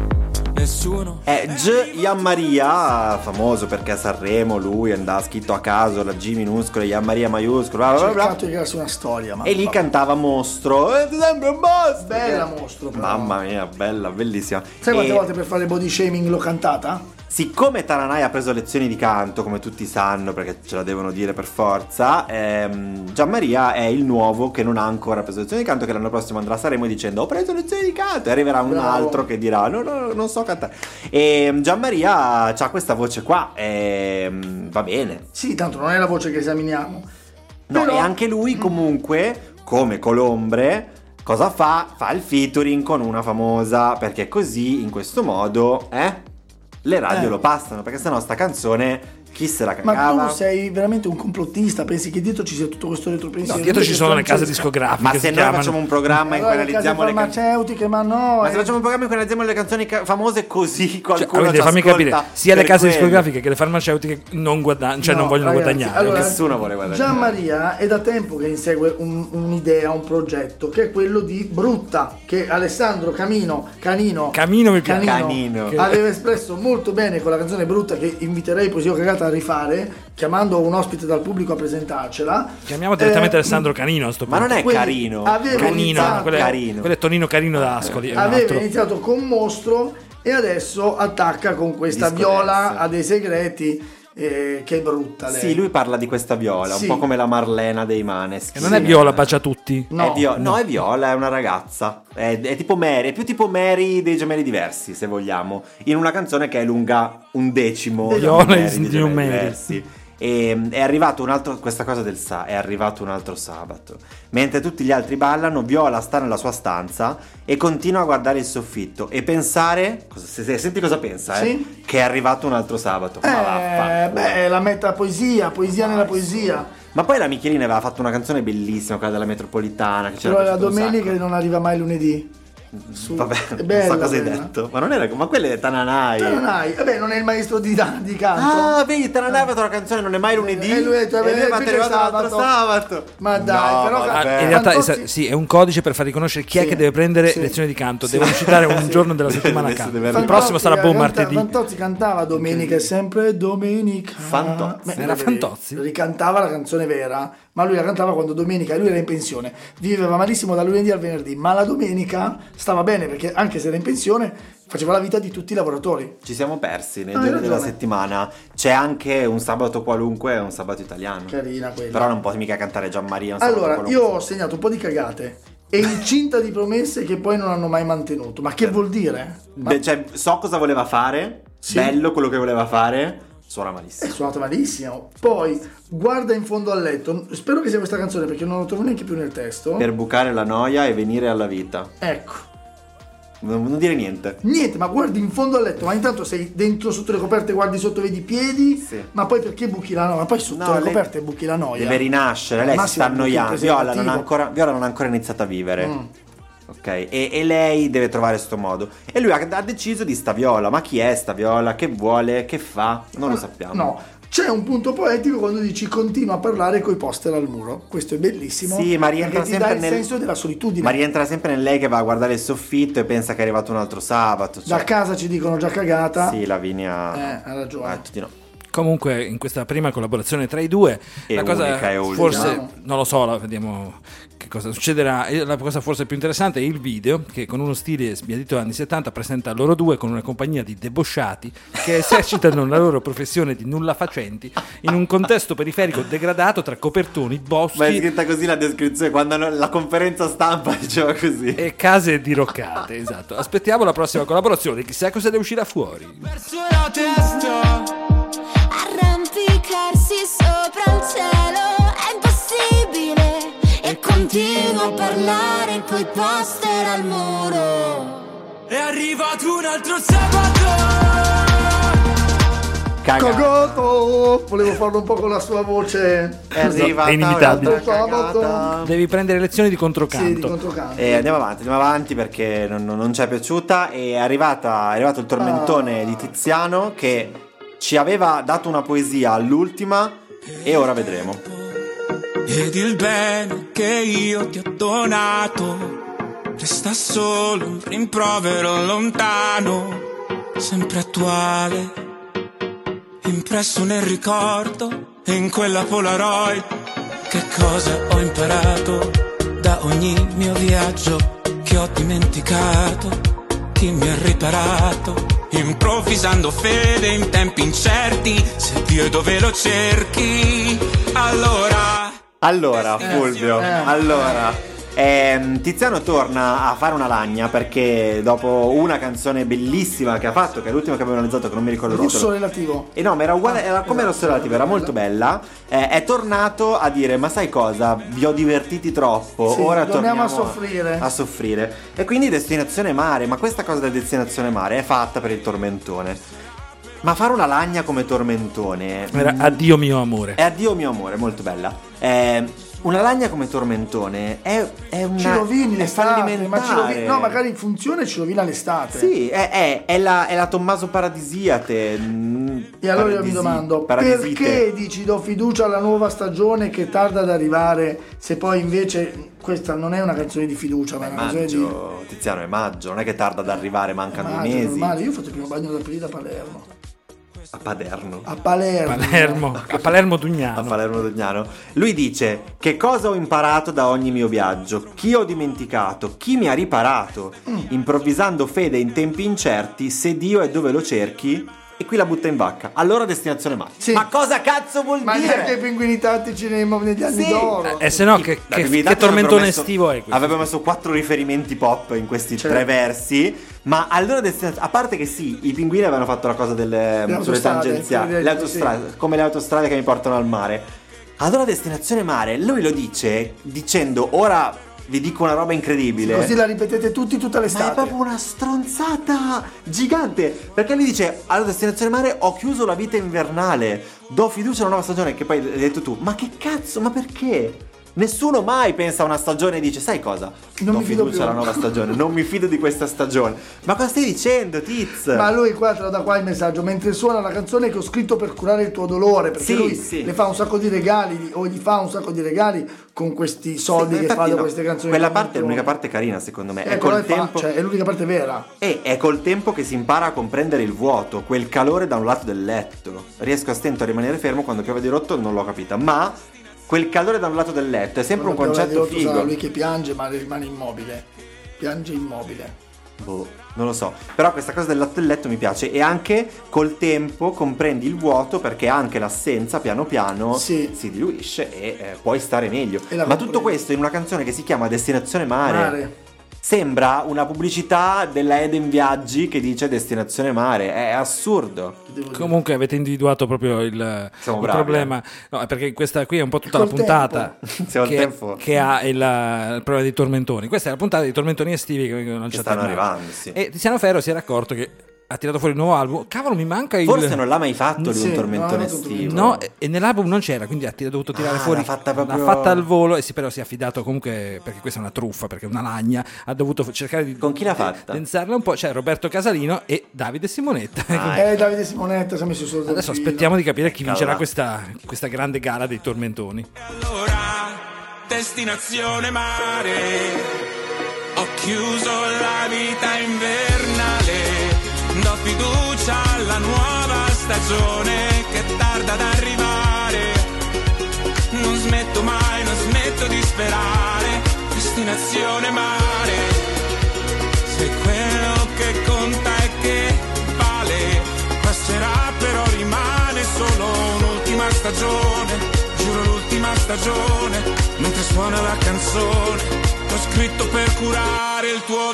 Nessuno. È G. Gianmaria, famoso perché a Sanremo lui andava scritto a caso la G minuscola, Gianmaria maiuscola, bla Ha bla bla. cercato di crearsi una storia, ma E lì cantava Mostro. E ti sembra un mostro. bella Mostro, però. Mamma mia, bella, bellissima. Sai quante E volte per fare body shaming l'ho cantata? siccome Tananai ha preso lezioni di canto, come tutti sanno, perché ce la devono dire per forza, ehm, Gianmaria è il nuovo che non ha ancora preso lezioni di canto, che l'anno prossimo andrà a Sanremo dicendo ho preso lezioni di canto, e arriverà un Bravo. altro che dirà no, no, non so cantare. E Gianmaria ha questa voce qua, e va bene. Sì, tanto non è la voce che esaminiamo. No, Però- e anche lui comunque, come Colombre, cosa fa? Fa il featuring con una famosa, perché così, in questo modo, eh, le radio Eh. lo passano, perché sennò sta canzone chi se la Ma cagava? tu sei veramente un complottista, pensi che dietro ci sia tutto questo retropensiero? No, dietro ci Invece sono le case Francesca- discografiche. Ma si se noi chiamano. facciamo un programma in cui Allora, le case analizziamo le canzoni, farmaceutiche, ma no. ma eh. se facciamo un programma in cui analizziamo le canzoni ca- famose, così Cioè, qualcuno quindi ci fammi ascolta capire, sia le per case quello. discografiche che le farmaceutiche non, guadagn- cioè No, non vogliono ragazzi, guadagnare. allora, Nessuno vuole guadagnare. Gianmaria è da tempo che insegue un- un'idea, un progetto, che è quello di Brutta, che Alessandro Camino, Canino, Camino mi piace. Canino. Canino aveva espresso molto bene con la canzone Brutta, che inviterei Poesia Cagata a rifare, chiamando un ospite dal pubblico a presentarcela. Chiamiamo direttamente Eh, Alessandro Canino a sto Ma punto. non è Quindi carino. aveva Canino, iniziato- quello è, Carino. quello è Tonino Carino da Ascoli. è un Aveva altro. iniziato con Mostro e adesso attacca con questa Disco viola dance. a dei segreti, eh, che è brutta lei. Sì, lui parla di questa viola, Sì. un po' come la Marlena dei Maneskin. E non è Viola bacia tutti. No, è vio- no, è Viola, è una ragazza. È, è tipo Mary, è più tipo Mary dei Gemelli Diversi, se vogliamo. In una canzone che è lunga un decimo di Viola Mary is dei new Gemelli Mary. Diversi. E è arrivato un altro, questa cosa del sa, è arrivato un altro sabato. Mentre tutti gli altri ballano, Viola sta nella sua stanza e continua a guardare il soffitto e pensare, cosa- se- se- senti cosa pensa, eh? Sì. Che è arrivato un altro sabato. Ma Eh, vaffanculo. beh, la meta poesia, poesia nella poesia. Ma poi la Michelina aveva fatto una canzone bellissima, quella della metropolitana, che c'era Però la piaciuta un domenica sacco. non arriva mai lunedì. Su- Vabbè, è non bella, so cosa hai bella. detto. Ma non era. Ma quella è Tananai. Tananai, vabbè, non è il maestro di, di canto. Ah, vedi, Tananai ha fatto la canzone Non è mai lunedì. E lui ha detto, e lui "Eh, è invece arrivato l'altro sabato." sabato. Ma dai, No, però- vabbè. Ah, in realtà Fantozzi- è, sì, è un codice per far riconoscere chi è Sì, che deve prendere sì. lezioni di canto. Devono citare un giorno della settimana a Adesso canto. deve Il arrivare. prossimo sarà buon Fantozzi martedì. Fantozzi cantava Domenica è sempre domenica. Fantozzi. Beh, Era lui Fantozzi? Ricantava la canzone vera, ma lui la cantava quando domenica, lui era in pensione, viveva malissimo dal lunedì al venerdì, ma la domenica stava bene perché anche se era in pensione faceva la vita di tutti i lavoratori. Ci siamo persi nei Ah, hai giorni della ragione. settimana. C'è anche un sabato qualunque e un sabato italiano. Carina quella. Però non puoi mica cantare Gianmaria. un sabato Allora, qualunque. io ho segnato un po' di cagate e incinta di promesse che poi non hanno mai mantenuto. Ma che vuol dire? Ma Beh, cioè, so cosa voleva fare. Sì. Bello quello che voleva fare. Suona è malissimo. suonato malissimo. Poi guarda in fondo al letto. Spero che sia questa canzone perché non lo trovo neanche più nel testo. Per bucare la noia e venire alla vita. Ecco. Non, non dire niente. Niente, ma guardi in fondo al letto, ma intanto sei dentro sotto le coperte, guardi sotto, vedi i piedi, Sì. ma poi perché buchi la noia? Ma poi sotto No, le lei coperte buchi la noia. Deve rinascere, lei Ma si sì, sta buchi il annoiando. Viola non, ha preservativo. ancora, Viola non ha ancora iniziato a vivere. Mm. Ok, e, e lei deve trovare sto modo. E lui ha, ha deciso di sta Viola. Ma chi è sta Viola? Che vuole? Che fa? Non lo sappiamo. No, c'è un punto poetico quando dici continua a parlare coi poster al muro. Questo è bellissimo. Sì, ma rientra perché ti sempre dà il nel senso della solitudine. Ma rientra sempre in lei che va a guardare il soffitto e pensa che è arrivato un altro sabato. Cioè, Da casa ci dicono già cagata. sì, Lavinia Eh, ha ragione. ha detto di no. Comunque in questa prima collaborazione tra i due E la cosa unica e ultima. forse Vediamo. non lo so, la- vediamo che cosa succederà. E la cosa forse più interessante è il video che con uno stile sbiadito anni settanta presenta loro due con una compagnia di debosciati che esercitano la loro professione di nulla facenti in un contesto periferico degradato tra copertoni, Ma è boschi scritta così la descrizione. Quando hanno- la conferenza stampa diceva così. e case diroccate. Esatto. Aspettiamo la prossima collaborazione, chissà cosa ne uscirà fuori. Verso la testa. Arrampicarsi sopra il cielo è impossibile e continuo a parlare coi poster al muro. È arrivato un altro sabato. Cagata. Cagato! Volevo farlo un po' con la sua voce. È arrivata È inimitabile. un'altra cagata. Devi prendere lezioni di Sì, di controcanto. controcanto. E andiamo avanti, andiamo avanti perché non, non- non ci è piaciuta. E è, arrivata, è arrivato il tormentone Ah. di Tiziano che ci aveva dato una poesia all'ultima e ora vedremo. Ed il bene che io ti ho donato resta solo un rimprovero lontano, sempre attuale, impresso nel ricordo e in quella Polaroid. Che cosa ho imparato da ogni mio viaggio che ho dimenticato? Chi mi ha riparato? Improvvisando fede in tempi incerti, se Dio è dove lo cerchi, allora... Allora, Fulvio, Eh. allora... ehm, Tiziano torna a fare una lagna perché dopo una canzone bellissima che ha fatto, che è l'ultima che abbiamo analizzato, che non mi ricordo il Rosso titolo. relativo. E no, ma era uguale, era come esatto, Rosso relativo, era molto bella. Eh, è tornato a dire: ma sai cosa? Vi ho divertiti troppo. Sì, ora torniamo torniamo a soffrire. A soffrire. E quindi Destinazione Mare. Ma questa cosa del Destinazione Mare è fatta per il tormentone. Ma fare una lagna come tormentone Era Addio mio amore. è Addio mio amore, molto bella. Eh, una lagna come tormentone è, è una Ci rovini è l'estate, fallimentare. ma ci rovini, no, magari in funzione ci rovina l'estate. Sì, è, è, è la, è la Tommaso Paradisiate. mm, E allora io mi paradisi- domando, paradisite. perché dici do fiducia alla nuova stagione che tarda ad arrivare, se poi invece questa non è una canzone di fiducia, ma è È una canzone di maggio, Tiziano, è maggio, non è che tarda ad arrivare, mancano maggio, due mesi. normale. Io ho fatto il primo bagno d'aprile a Palermo. A Paderno. A Palermo. Palermo, a Palermo A Dugnano. Palermo Dugnano. Lui dice: che cosa ho imparato da ogni mio viaggio? Chi ho dimenticato? Chi mi ha riparato? Mm. Improvvisando fede in tempi incerti, se Dio è dove lo cerchi. E qui la butta in vacca. Allora Destinazione Mare. Sì. Ma cosa cazzo vuol Ma dire? neanche i pinguini tattici nei, negli anni Sì. d'oro. E se no, che, La che, divinità che tormentone avrebbero messo- estivo è questo? Aveva messo quattro riferimenti pop in questi Certo. tre versi. Ma allora Destinazione, a parte che sì, i pinguini avevano fatto la cosa delle sulle autostrade, tangenziali, quelle- le autostrade, come le autostrade che mi portano al mare. Allora Destinazione Mare, lui lo dice dicendo: ora vi dico una roba incredibile. Così la ripetete tutti tutta Ma è l'estate. proprio una stronzata gigante. Perché lui dice: allora Destinazione Mare, ho chiuso la vita invernale, do fiducia a una nuova stagione. Che poi hai detto tu: ma che cazzo, ma perché? Nessuno mai pensa a una stagione e dice: sai cosa? Non do mi fido fiducia più." alla nuova stagione, non mi fido di questa stagione. Ma cosa stai dicendo, Tiz? Ma lui qua te lo dà qua il messaggio mentre suona la canzone che ho scritto per curare il tuo dolore, perché Sì, lui sì. le fa un sacco di regali o gli fa un sacco di regali con questi soldi Sì, che fa infatti da no, queste canzoni. quella parte è l'unica parte carina, secondo me. Eh, È però col è, fa- tempo. cioè, è l'unica parte vera. E è col tempo che si impara a comprendere il vuoto, quel calore da un lato del letto. Riesco a stento a rimanere fermo quando piove di rotto, non l'ho capita, ma quel calore da un lato del letto è sempre un Quando piove concetto di rotto sarà figo. lui che piange ma rimane immobile. Piange immobile. Boh, non lo so. Però questa cosa del lato del letto mi piace. E anche col tempo comprendi il vuoto, perché anche l'assenza piano piano Sì. si diluisce e eh, puoi stare meglio. E la Ma comprendi. tutto questo in una canzone che si chiama Destinazione Mare. Mare. Sembra una pubblicità della Eden Viaggi che dice Destinazione Mare. È assurdo. Che devo dire? Comunque avete individuato proprio il, Siamo il bravi, problema. No, è perché questa qui è un po' tutta Col la puntata Siamo al che, tempo. che ha il, il problema dei tormentoni. Questa è la puntata dei tormentoni estivi che non Che c'è stanno arrivando, sì. E Tiziano Ferro si era accorto che ha tirato fuori il nuovo album. Cavolo, mi manca il Forse non l'ha mai fatto lui Sì, un tormentone no, no, estivo. No, e- e nell'album non c'era, quindi ha tira- dovuto tirare Ah, fuori. l'ha fatta proprio- l'ha fatta al volo e si però si è affidato comunque, perché questa è una truffa, perché è una lagna, ha dovuto f- cercare di Con chi l'ha fatta? densarla un po', c'è Roberto Casalino e Davide Simonetta. Ah, Eh, Davide Simonetta si è messo solo del Adesso filo. aspettiamo di capire chi vincerà Cavolo. questa, questa grande gara dei tormentoni. Allora, Destinazione Mare, ho chiuso la vita invernale, do fiducia alla nuova stagione che tarda ad arrivare, non smetto mai, non smetto di sperare, Destinazione Mare, se quello che conta è che vale, passerà però rimane solo un'ultima stagione, giuro l'ultima stagione, mentre suona la canzone, l'ho scritto per curare il tuo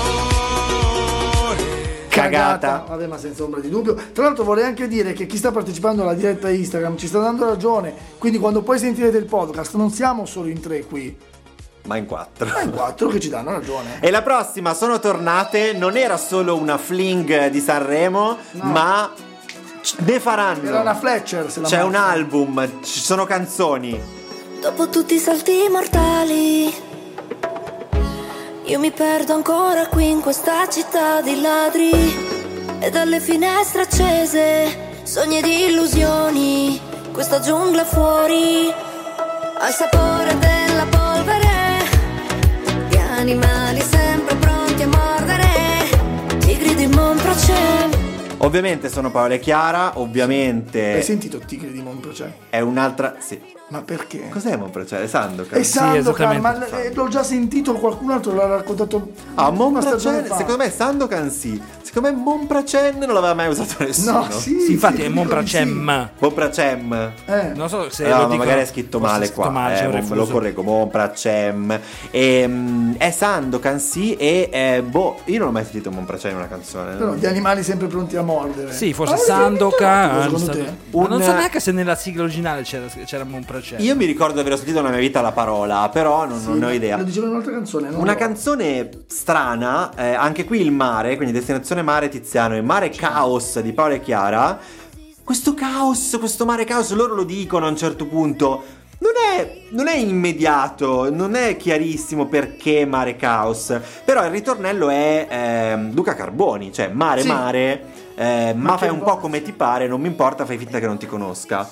dolore. Cagata. Vabbè, ma senza ombra di dubbio. Tra l'altro vorrei anche dire che chi sta partecipando alla diretta Instagram ci sta dando ragione, quindi quando poi sentirete il podcast non siamo solo in tre qui, Ma in quattro. ma in quattro che ci danno ragione. E la prossima sono tornate, non era solo una fling di Sanremo, ma c- ne faranno. Era una Fletcher, se la C'è un mazza. album, ci sono canzoni. Dopo tutti i salti mortali, io mi perdo ancora qui in questa città di ladri, e dalle finestre accese, sogni di illusioni, questa giungla fuori, al sapore della polvere, piano animali sempre pronti a mordere, tigri di Monprocè. Ovviamente sono Paola e Chiara, ovviamente Hai sentito Tigri di Monprocè? è un'altra... Sì. Ma perché? Cos'è Monprocè? È Sandokan? È Sandokan, esattamente. ma eh, l'ho già sentito, qualcun altro l'ha raccontato Ah, una stagione Monprocè, fa. secondo me Sandokan sì. Secondo me Monprocè non l'aveva mai usato nessuno. No, sì, Sì, infatti sì, è dico di Monpracem. Monpracem. sì. Eh. Non so se No, lo ma dico, magari è scritto forse male è scritto qua, male, c'è eh, un me lo refuso. correggo. Monpracem. Ehm, è Sandokan sì e eh, boh, io non ho mai sentito Monpracem in una canzone. Però di animali sempre pronti a mordere. Sì, forse Ah, Sandokan. secondo Sand- te? Ma non so Un- neanche se nella sigla originale c'era, c'era Monpracè. Io mi ricordo di aver sentito nella mia vita la parola, però non, Sì, non ne ho idea. Lo dicevo in un'altra canzone, no? Una canzone strana, eh, anche qui il mare, quindi Destinazione Mare Tiziano e Mare Caos di Paola e Chiara. Questo caos, questo mare caos, loro lo dicono a un certo punto. Non è, non è immediato, non è chiarissimo perché mare caos. Però il ritornello è ehm, Luca Carboni, cioè mare Sì. mare, eh, ma, Ma fai che un vo- po' come ti pare, non mi importa, fai finta che non ti conosca.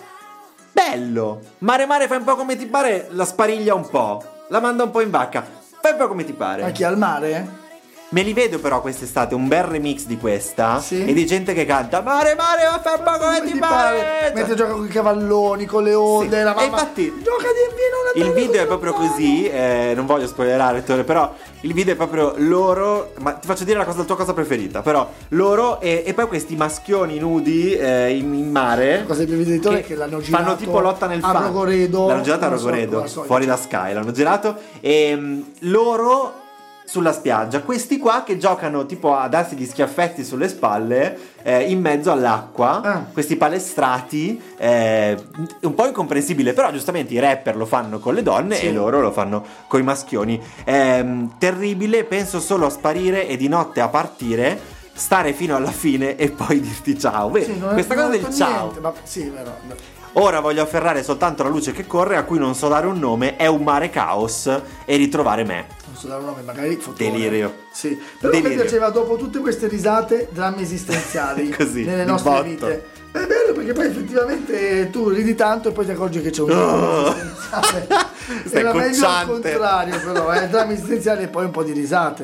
Bello! Mare mare fai un po' come ti pare, la spariglia un po', la manda un po' in vacca. Fai un po' come ti pare. Ma chi al mare? Me li vedo però quest'estate un bel remix di questa Sì. e di gente che canta Mare mare ma fai un po' come ti pare. Mentre gioca con i cavalloni, con le onde, Sì. la E mamma infatti gioca di pieno una il video è proprio così, eh, non voglio spoilerare Ettore, però il video è proprio loro, ma ti faccio dire la, cosa, la tua cosa preferita, però loro e, e poi questi maschioni nudi eh, in, in mare. La cosa più evidente è che l'hanno girato fanno tipo lotta nel a fango. Rogoredo. L'hanno girato a Come al solito, Rogoredo, come al solito. fuori da Sky, l'hanno girato e mh, loro sulla spiaggia, questi qua che giocano tipo a darsi gli schiaffetti sulle spalle eh, in mezzo all'acqua, Ah. questi palestrati, eh, un po' incomprensibile, però giustamente i rapper lo fanno con le donne Sì. e loro lo fanno con i maschioni. Ehm, terribile, penso solo a sparire e di notte a partire, stare fino alla fine e poi dirti ciao. Vedi, Sì, non è- questa non cosa ho del detto ciao. niente, ma sì, vero. Ora voglio afferrare soltanto la luce che corre, a cui non so dare un nome, è un mare caos e ritrovare me. Non so dare un nome, magari Fotone. Delirio. Sì. Però mi Delirio. piaceva dopo tutte queste risate, drammi esistenziali Così, nelle di nostre botto. vite. È bello perché poi effettivamente tu ridi tanto e poi ti accorgi che c'è un Oh. dramma esistenziale. Stai Era meglio al cocciante. contrario, però, eh, drammi esistenziali e poi un po' di risate.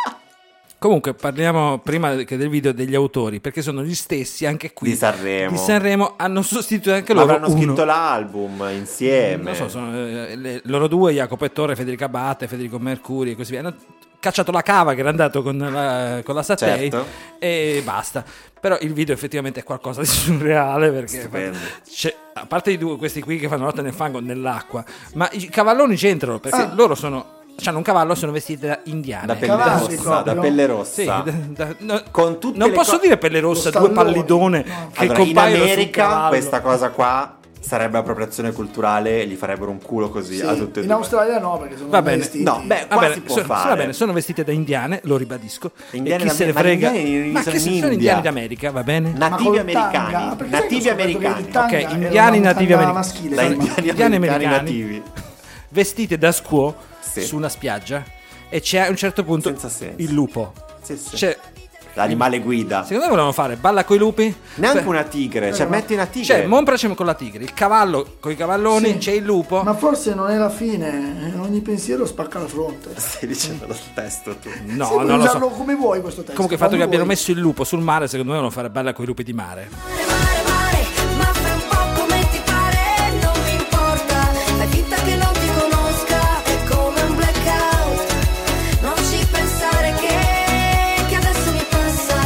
Comunque parliamo prima che del video degli autori, perché sono gli stessi anche qui Di Sanremo. di Sanremo, hanno sostituito anche Ma loro avranno uno. scritto l'album insieme. Non so, sono eh, le- loro due, Jacopo Ettore, Federica Abate, Federico Mercuri e così via. Hanno cacciato la cava che era andato con la, con la Sattei Certo. e basta. Però il video effettivamente è qualcosa di surreale perché Stupendo. c'è, a parte i due, questi qui che fanno lotta nel fango nell'acqua, ma i cavalloni c'entrano perché Ah. loro sono hanno un cavallo e sono vestiti da indiane. Da pelle Cavalli rossa, proprio? da pelle rossa. Sì, da- da- no, Con tutte non le posso co- dire pelle rossa, Lo due stallone. pallidone No. che Allora, in compaiono sul America cavallo. questa cosa qua sarebbe appropriazione culturale e gli farebbero un culo così Sì, a tutte e in due. Australia no, perché sono Va bene. vestiti. No, beh, Va qua bene, si può sono, fare. va bene, sono vestite da indiane, lo ribadisco. Indiane e chi da- se ne ma frega? gli indiani Ma sono che in se sono India. indiani d'America, va bene? Ma Nativi col tanga? americani, Perché sai nativi che ho scoperto che americani. il tanga Ok, era indiani una nativi mutanda americani. maschile, Dai, insomma. indiani, indiani americani, americani. nativi. Vestite da squaw Sì. su una spiaggia e c'è a un certo punto Senza senso. il lupo. Sì, sì. Cioè, L'animale guida. secondo me volevano fare balla coi lupi? Neanche Beh, una tigre, cioè metti una tigre. C'è Monpracem con la tigre, il cavallo con i cavalloni, Sì. c'è il lupo. Ma forse non è la fine, eh, ogni pensiero spacca la fronte. Stai dicendo lo testo tu. No, Sì, puoi non lo usarlo so. come vuoi questo testo. Comunque il fatto che come abbiano vuoi. messo il lupo sul mare, secondo me volevano fare balla coi lupi di mare. Mare, mare, mare, ma fai un po' come ti pare, non mi importa, fai finta che non ti conosca, è come un blackout, non ci pensare che, che adesso mi passa,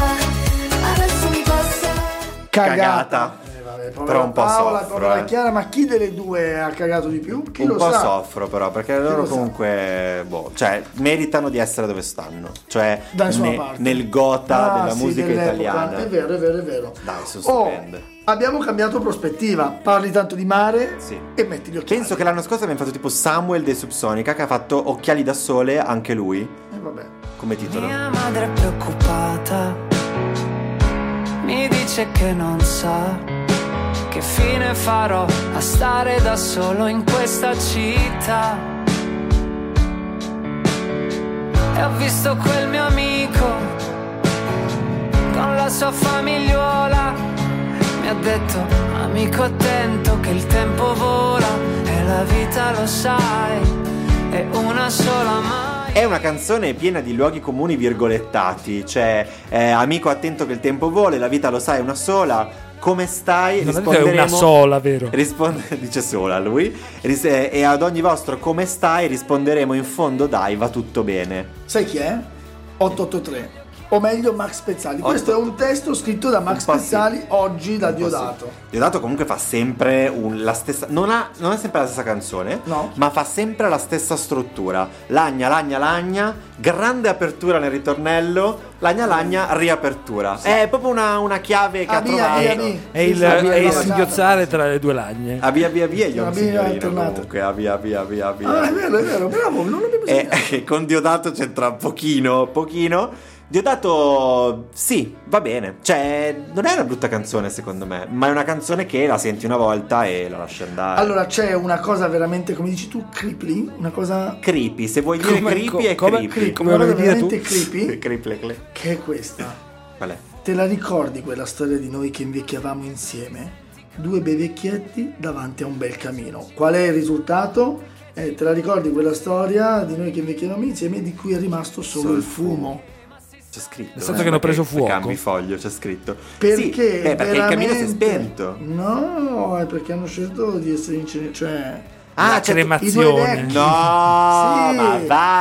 adesso mi passa. Cagata. Cagata. Eh, vabbè, povera Però un po' Paola, soffro, povera eh. Chiara, ma chi delle due ha cagato di più? Chi Un lo po' sa? soffro però perché loro lo sa? comunque boh, cioè meritano di essere dove stanno, cioè Da nessuna ne- parte. nel gota Ah, della sì, musica dell'epoca. italiana. È vero, è vero, è vero. Dai, sono Oh, stupende. abbiamo cambiato prospettiva. Parli tanto di mare Sì. e metti gli occhiali. Penso che l'anno scorso abbiamo fatto tipo Samuel dei Subsonica che ha fatto Occhiali da sole anche lui Eh, vabbè. come titolo. Mia madre è preoccupata, mi dice che non sa che fine farò a stare da solo in questa città. E ho visto quel mio amico con la sua famigliuola, mi ha detto amico attento che il tempo vola e la vita lo sai è una sola mai. È una canzone piena di luoghi comuni virgolettati, cioè eh, amico attento che il tempo vuole, la vita lo sai è una sola. Come stai? Non Risponderemo. è una sola, vero? Risponde, dice sola lui. Ris- eh, e ad ogni vostro come stai risponderemo in fondo dai, va tutto bene. Sai chi è? otto otto tre. O meglio Max Pezzali. Questo è un testo scritto da Max Un po' sì. Pezzali oggi da Un po' sì. Diodato. Diodato comunque fa sempre un- la stessa. Non, ha, non è sempre la stessa canzone, No. ma fa sempre la stessa struttura. Lagna, lagna, lagna, grande apertura nel ritornello, lagna, lagna, riapertura. È proprio una, una chiave che Ah, ha via, trovato. via, via. È il, Sì, sì, è via, il via, singhiozzare tra le due lagne. Ah, via via via, io Una un via signorino alternata. comunque, ah, via via via via. Ah, è vero, è vero, bravo, non l'abbiamo E, segnato. e con Diodato c'entra pochino, pochino. Diodato, sì, va bene. Cioè, non è una brutta canzone secondo me, ma è una canzone che la senti una volta e la lasci andare. Allora c'è una cosa veramente, come dici tu, creepy, una cosa Creepy, se vuoi dire Come- creepy co- è come- creepy. creepy, come una cosa volevi dire tu? veramente creepy, Creepy, creepy. che è questa. Qual è? Te la ricordi quella storia di noi che invecchiavamo insieme? Due bei vecchietti davanti a un bel camino. Qual è il risultato? Eh, te la ricordi quella storia di noi che invecchiavamo insieme di cui è rimasto solo Solo il fumo? C'è scritto. Nel senso eh, che hanno perché preso fuoco. Cambi foglio, c'è scritto. Perché? Sì, beh, perché il camino si è veramente- spento. No, è perché hanno scelto di essere incenerati. Cioè, Ah, La c'è- cremazione. i due vecchi. No, Sì. ma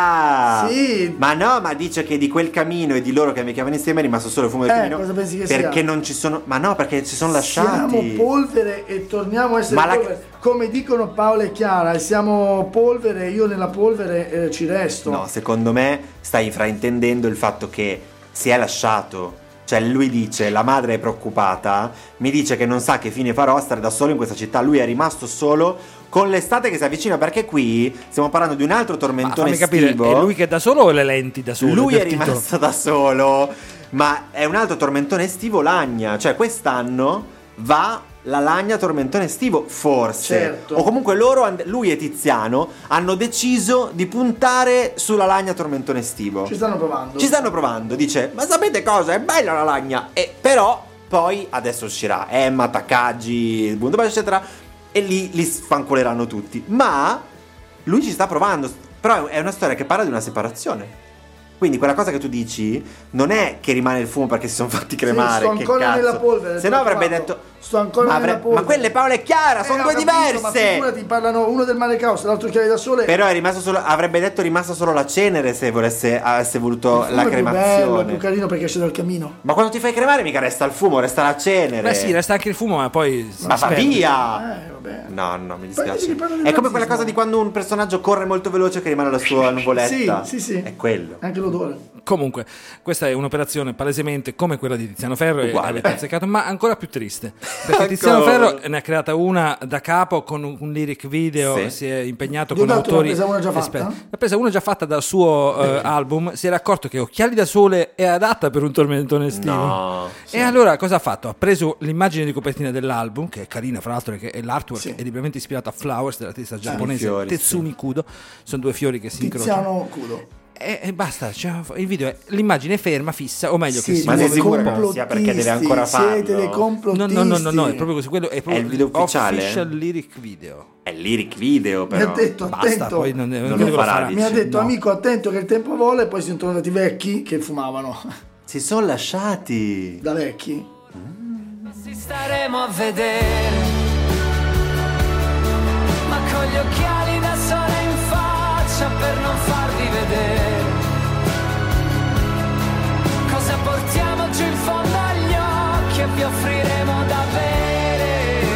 va. Sì. Ma no, ma dice che di quel camino e di loro che mi chiamano insieme è rimasto solo il fumo del Eh, camino. cosa pensi che perché sia? non ci sono. Ma no, perché ci sono siamo lasciati. polvere e torniamo a essere Ma la- polvere. Come dicono Paola e Chiara, siamo polvere, io nella polvere eh, ci resto. No, secondo me stai fraintendendo il fatto che si è lasciato. Cioè lui dice, la madre è preoccupata, mi dice che non sa che fine farò a stare da solo in questa città. Lui è rimasto solo con l'estate che si avvicina, perché qui stiamo parlando di un altro Ma tormentone fammi capire, estivo. è lui che è da solo o le lenti da solo? Lui è del titolo? rimasto da solo, ma è un altro tormentone estivo lagna. Cioè quest'anno va la lagna tormentone estivo, forse. Certo. O comunque loro, and- lui e Tiziano, hanno deciso di puntare sulla lagna tormentone estivo. Ci stanno provando. Ci stanno provando, dice, ma sapete cosa? È bella la lagna. E però poi adesso uscirà Emma, Takagi, Bundobash, eccetera, e lì li sfanculeranno tutti. Ma lui ci sta provando. Però è una storia che parla di una separazione. Quindi quella cosa che tu dici non è che rimane il fumo perché si sono fatti cremare. sto che ancora cazzo. nella polvere, Se no l'ho avrebbe trovato. detto. Sto ancora ma, nella polvere. ma quelle Paola e Chiara Eh, sono ho due capito, diverse. Ma figurati, parlano uno del mare caos, l'altro chiave da sole. Però è rimasto solo, avrebbe detto rimasta solo la cenere se volesse avesse voluto Il fumo la è più bello, è cremazione. più carino perché esce dal camino. Ma quando ti fai cremare mica resta il fumo, resta la cenere. Beh sì, resta anche il fumo, ma poi si Ma va sperde. via! Eh, vabbè. No, no, mi Poi dispiace. devi parlare È del come quella razzismo. cosa di quando un personaggio corre molto veloce che rimane alla sua nuvoletta. Sì, sì, sì. È quello. Anche l'odore. Comunque, questa è un'operazione palesemente come quella di Tiziano Ferro e Uguale. avete azzeccato, ma ancora più triste. Perché Tiziano Ancora. Ferro ne ha creata una da capo con un, un lyric video, Sì. si è impegnato Io ho con dato, autori l'ha presa una già fatta? esperti. L'ha presa una già fatta dal suo eh, album, si era accorto che Occhiali da Sole è adatta per un tormentone estivo. No. E allora cosa ha fatto? Ha preso l'immagine di copertina dell'album, che è carina fra l'altro, che è l'artwork, Sì. è libremente ispirato a Flowers dell'artista giapponese fiori, Tetsumi Kudo. Sono due fiori che si incrociano. Tiziano Kudo. E, e basta, cioè, il video è l'immagine è ferma, fissa, o meglio che Sì, si Ma sei muove sicuro come- che non sia perché deve ancora Siete dei farlo? No, complottisti. no, no, no, no, è proprio così, quello è proprio il video ufficiale? Official lyric video. È lyric video Mi però. ha detto, Basta, attento. poi non, non lo dico farà, farà. dici. Mi ha detto, No. amico, attento che il tempo vola, e poi si sono tornati vecchi che fumavano. Si sono lasciati. Da vecchi. Ci staremo a vedere, ma con gli occhiali da sole in faccia per non farvi vedere cosa portiamo giù in fondo agli occhi e vi offriremo da bere.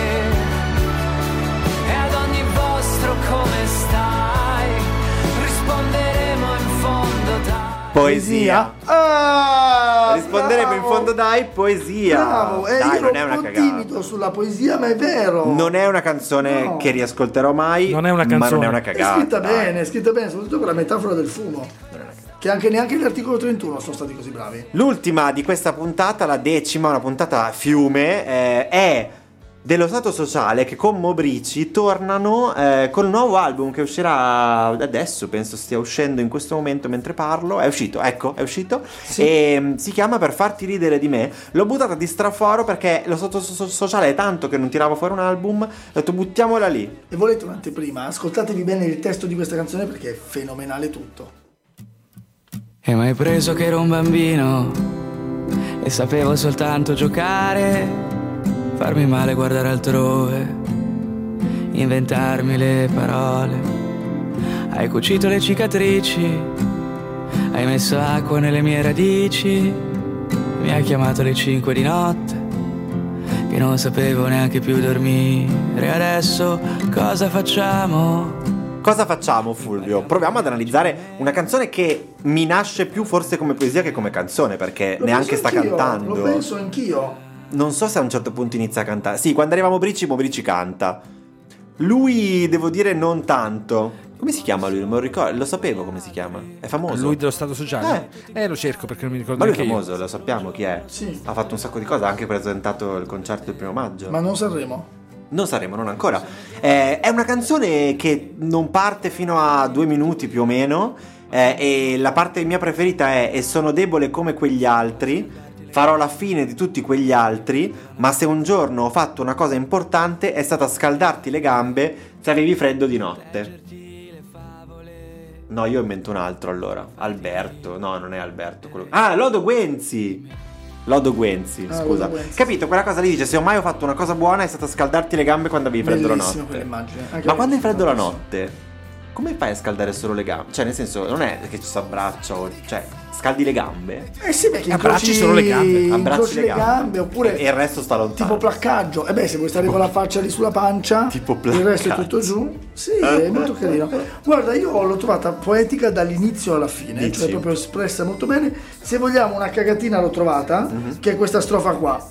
E ad ogni vostro come stai risponderemo in fondo dai. Poesia. Ah, Risponderemo bravo. in fondo dai, poesia. Bravo, eh, Dai, io non è ero una un po' cagata. timido sulla poesia, ma è vero. Non è una canzone No. che riascolterò mai. Non è una Ma non canzone. è una È cagata. scritta dai. bene, è scritta bene, soprattutto con la metafora del fumo. Che anche neanche l'articolo trentuno sono stati così bravi. L'ultima di questa puntata, la decima, una puntata fiume, eh, è dello Stato Sociale che con Mobrici tornano eh, col nuovo album che uscirà adesso, penso stia uscendo in questo momento mentre parlo. È uscito, ecco, è uscito. E mm, si chiama Per farti ridere di me. L'ho buttata di straforo perché lo Stato so- Sociale è tanto che non tirava fuori un album. Ho detto buttiamola lì. E volete un'anteprima? Ascoltatevi bene il testo di questa canzone perché è fenomenale tutto. E m'hai preso che ero un bambino e sapevo soltanto giocare, farmi male, guardare altrove, inventarmi le parole. Hai cucito le cicatrici, hai messo acqua nelle mie radici, mi hai chiamato alle cinque di notte che non sapevo neanche più dormire. Adesso cosa facciamo? Cosa facciamo, Fulvio? Proviamo ad analizzare una canzone che mi nasce più forse come poesia che come canzone, perché Lo neanche penso sta anch'io, cantando. Lo penso anch'io. Non so se a un certo punto inizia a cantare. Sì, quando arriva Mobrici, Mobrici canta. Lui, devo dire, non tanto. Come si chiama lui? Non me lo ricordo. Lo sapevo come si chiama. È famoso. Lui dello Stato Sociale? Eh, eh lo cerco perché non mi ricordo Ma lui è neanche io. famoso, lo sappiamo chi è. Sì. Ha fatto un sacco di cose, ha anche presentato il concerto del primo maggio. Ma non Sanremo? Non saremo, non ancora. Eh, è una canzone che non parte fino a due minuti più o meno. Eh, e la parte mia preferita è E sono debole come quegli altri. Farò la fine di tutti quegli altri. Ma se un giorno ho fatto una cosa importante, è stata scaldarti le gambe se avevi freddo di notte. No, io invento un altro allora. Alberto. No, non è Alberto quello... Ah, Lodo Guenzi. Lodo Guenzi, Ah, scusa. Lodo Guenzi. Capito? Quella cosa lì dice: se ho mai ho fatto una cosa buona è stata scaldarti le gambe quando avevi freddo la Bellissima notte. quell'immagine. Anche Ma a quando me hai freddo la piace. notte, come fai a scaldare solo le gambe? Cioè, nel senso, non è che ci si abbraccia o... Cioè, scaldi le gambe? Eh sì, perché Abbracci incroci- solo le gambe. Abbracci incroci le le gambe. gambe, oppure E, e il resto sta lontano. tipo placcaggio. E beh, se vuoi stare con la faccia lì sulla pancia, Tipo il resto è placcaggio. tutto giù. Sì, è molto carino. Guarda, io l'ho trovata poetica dall'inizio alla fine, Dici? cioè proprio espressa molto bene. Se vogliamo una cagatina l'ho trovata, Mhm. che è questa strofa qua.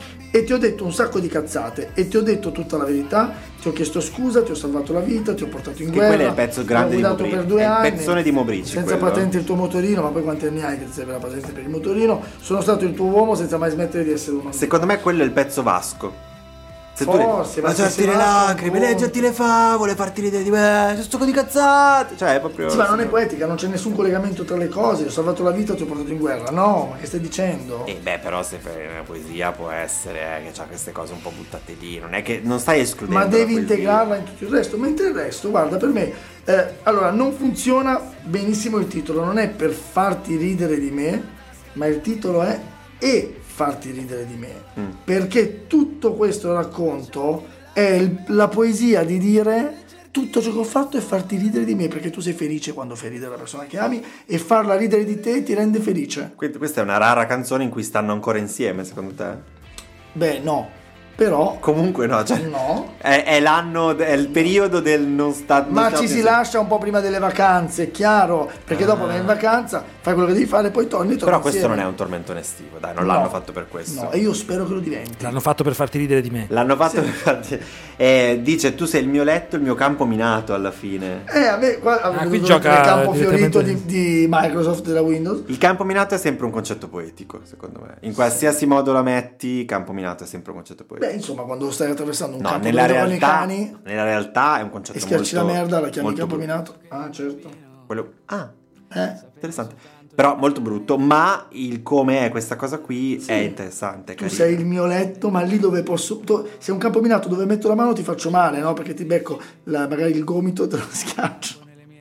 E ti ho detto un sacco di cazzate e ti ho detto tutta la verità, ti ho chiesto scusa, ti ho salvato la vita, ti ho portato in Che guerra. quello è il pezzo grande ti ho di guidato Mobrici, per due è il anni, pezzone di Mobrici, senza quello. patente il tuo motorino, ma poi quanti anni hai che ti serve la patente per il motorino? Sono stato il tuo uomo senza mai smettere di essere uno. Secondo me quello è il pezzo Vasco. Se Forse, tu ma leggerti se si le va lacrime, con- leggerti le favole, farti ridere di me, c'è sto di cazzate. Cioè, è proprio. Sì, ma non è poetica, non c'è nessun collegamento tra le cose, ti ho salvato la vita, ti ho portato in guerra. No, ma che stai dicendo? Eh beh, però se fai una poesia può essere eh, che c'ha queste cose un po' buttate lì. Non è che non stai escludendo. Ma la devi poesia. integrarla in tutto il resto. Mentre il resto, guarda, per me, eh, allora, non funziona benissimo il titolo, non è per farti ridere di me, ma il titolo è E farti ridere di me. Mm. Perché tutto questo racconto è il- la poesia di dire tutto ciò che ho fatto è farti ridere di me, perché tu sei felice quando fai ridere la persona che ami e farla ridere di te ti rende felice. Que- Questa è una rara canzone in cui stanno ancora insieme, secondo te? Beh, no. Però Comunque no, cioè no. è, è l'anno, è il periodo del non sta. non Ma sta ci si pensando. lascia un po' prima delle vacanze, chiaro, perché dopo vai in vacanza, fai quello che devi fare, poi torni e torni Però questo insieme. non è un tormentone estivo, dai, non No. l'hanno fatto per questo. No, e io spero che lo diventi. L'hanno fatto per farti ridere di me. L'hanno fatto per farti. Eh, dice: tu sei il mio letto, il mio campo minato alla fine. Eh, a me qua Ah, qui il gioca campo fiorito di, direttamente- di Microsoft della Windows. Il campo minato è sempre un concetto poetico, secondo me. In qualsiasi modo la metti, campo minato è sempre un concetto poetico. Beh, insomma, quando stai attraversando un no, campo nella dove giocano i realtà, cani nella realtà è un concetto e schiacci molto la merda, la chiami molto campo brutto. minato. Ah, certo. Quello... Ah, Eh? interessante. Però molto brutto, ma il come è questa cosa qui è interessante. Tu carino. sei il mio letto, ma lì dove posso. Tu, se è un campo minato dove metto la mano ti faccio male, no? Perché ti becco la- magari il gomito e te lo schiaccio.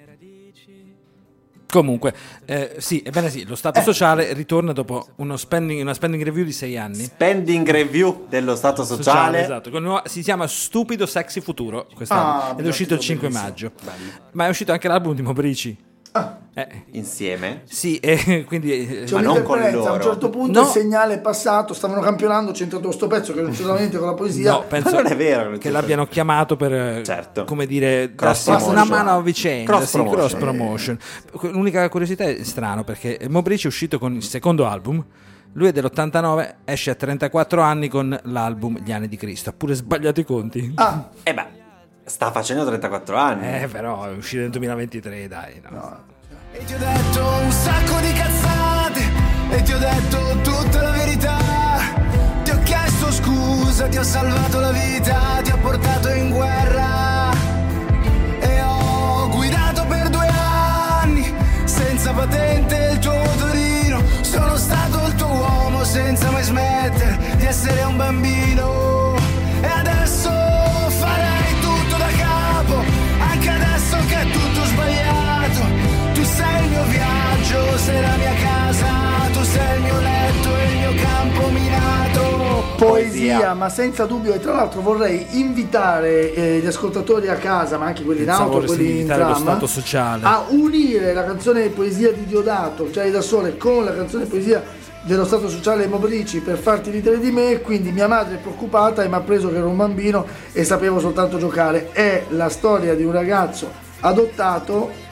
Comunque, eh, sì, ebbene sì, lo Stato sociale ritorna dopo uno spending, una spending review di sei anni. Spending review dello Stato sociale. Esatto, con nuova- si chiama Stupido Sexy Futuro quest'anno Ah, ed è uscito il bellissimo, cinque maggio. Ma è uscito anche l'album di Mobrici. Eh, Insieme. sì, e quindi eh, C'è Ma non con un'interferenza, a un loro. certo punto No. il segnale è passato, stavano campionando, c'è entrato sto pezzo che non c'entra niente con la poesia. no, penso Ma non è vero, non che c'è- l'abbiano chiamato per eh, Certo. come dire, Cross darsi una promotion. mano a vicenda, Cross sì, promotion. cross promotion. L'unica curiosità è strano perché Mobrici è uscito con il secondo album. Lui è dell'ottantanove, esce a trentaquattro anni con l'album Gli anni di Cristo. Ha pure sbagliato i conti. Ah, Eh beh, sta facendo trentaquattro anni. Eh, però è uscito nel duemilaventitré, dai. No. E ti ho detto un sacco di cazzate e ti ho detto tutta la verità. Ti ho chiesto scusa, ti ho salvato la vita, ti ho portato in guerra e ho guidato per due anni senza patente il tuo motorino. Sono stato il tuo uomo senza mai smettere di essere un bambino. E adesso farei tutto da capo, anche adesso che è tutto sbagliato. Tu sei il mio viaggio, viaggio, sei la mia casa, tu sei il mio letto e il mio campo minato. Poesia, ma senza dubbio. E tra l'altro vorrei invitare eh, gli ascoltatori a casa, ma anche quelli in Pensavo auto, vorresti quelli in invitare lo tram, stato sociale. a unire la canzone Poesia di Diodato, Chiari da Sole, con la canzone Poesia dello Stato Sociale Mobrici, per farti ridere di me. Quindi mia madre è preoccupata e mi ha preso che ero un bambino e sapevo soltanto giocare. È la storia di un ragazzo adottato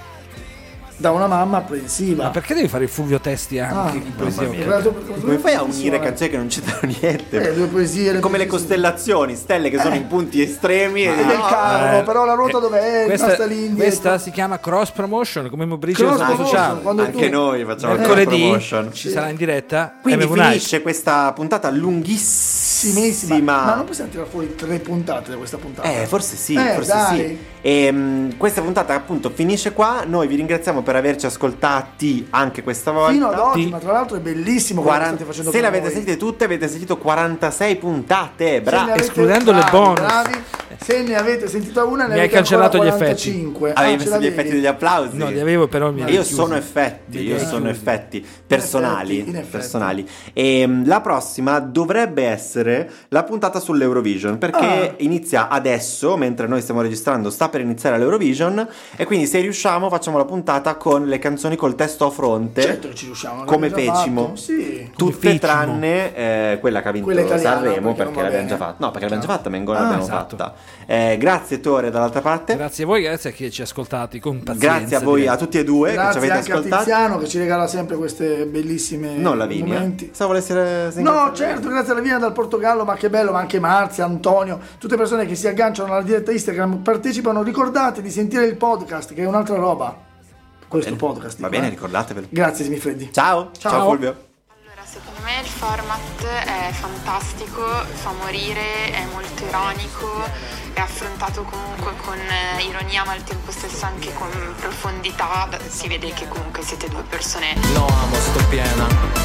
da una mamma apprensiva. Ma perché devi fare il Fulvio Testi anche Ah, in poesia? mamma mia. Come fai a unire canzoni che non c'entrano niente? Eh, due poesie, le come le poesie. costellazioni, stelle che sono in punti estremi. Ed e è il carro, eh, però la ruota eh, dov'è? Questa, Rimasta lì indietro. questa si chiama cross promotion, come Mobrici Cross lo Stato promotion, Sociale. quando Anche tu- noi facciamo il Mercoledì promotion. ci sarà in diretta Quindi M V Night. finisce questa puntata lunghissimissima. Ma non possiamo tirare fuori tre puntate da questa puntata? Eh, forse sì, Eh, forse dai. sì. E mh, questa puntata appunto finisce qua. Noi vi ringraziamo per averci ascoltati anche questa volta. Fino ad oggi, Sì. ma tra l'altro è bellissimo quello che quaranta state facendo se per le avete noi. sentite tutte, avete sentito quarantasei puntate. Se ne Bravi. avete- escludendo le bravi, bonus. bravi. Se ne avete sentita una, ne Mi hai avete cancellato ancora gli effetti. quarantacinque. Avevi Ah, ce messo gli l'avevi? effetti degli applausi? No, li avevo però mi E hai io chiusi. sono effetti, Li io hai sono chiusi. effetti personali, In effetti, in effetti. personali. E mh, la prossima dovrebbe essere la puntata sull'Eurovision, perché Ah. inizia adesso, mentre noi stiamo registrando, sta per iniziare l'Eurovision, e quindi se riusciamo facciamo la puntata con le canzoni col testo a fronte. Certo che ci riusciamo. Come l'abbiamo già Fecimo. fatto. Sì. Tutte Fecimo. tranne eh, quella che ha vinto Quella italiana, Sanremo, perché non perché va l'abbiamo bene. già fatta. No, perché l'abbiamo già fatta, Mengo Ah, l'abbiamo esatto. fatta. Eh, grazie Tore dall'altra parte. Grazie a voi, grazie a chi ci ha ascoltati con pazienza. Grazie a voi, direi. a tutti e due che ci Grazie avete anche a ascoltato. Tiziano che ci regala sempre queste bellissime Non Lavinia. momenti. Se volessi eh, No, certo, grazie a Lavinia dal Portogallo, ma che bello, ma anche Marzia, Antonio, tutte persone che si agganciano alla diretta Instagram, partecipano. Ricordate di sentire il podcast, che è un'altra roba. Questo podcast. Va dico, bene, eh. ricordatevelo. Grazie, Semifreddi. Ciao, ciao, Ciao. Fulvio. Allora, secondo me il format è fantastico, fa morire, è molto ironico, è affrontato comunque con eh, ironia ma al tempo stesso anche con profondità. Si vede che comunque siete due persone. No amo, sto piena.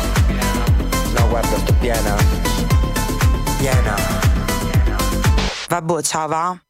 No guarda, sto piena. Piena. Vabbè, ciao va.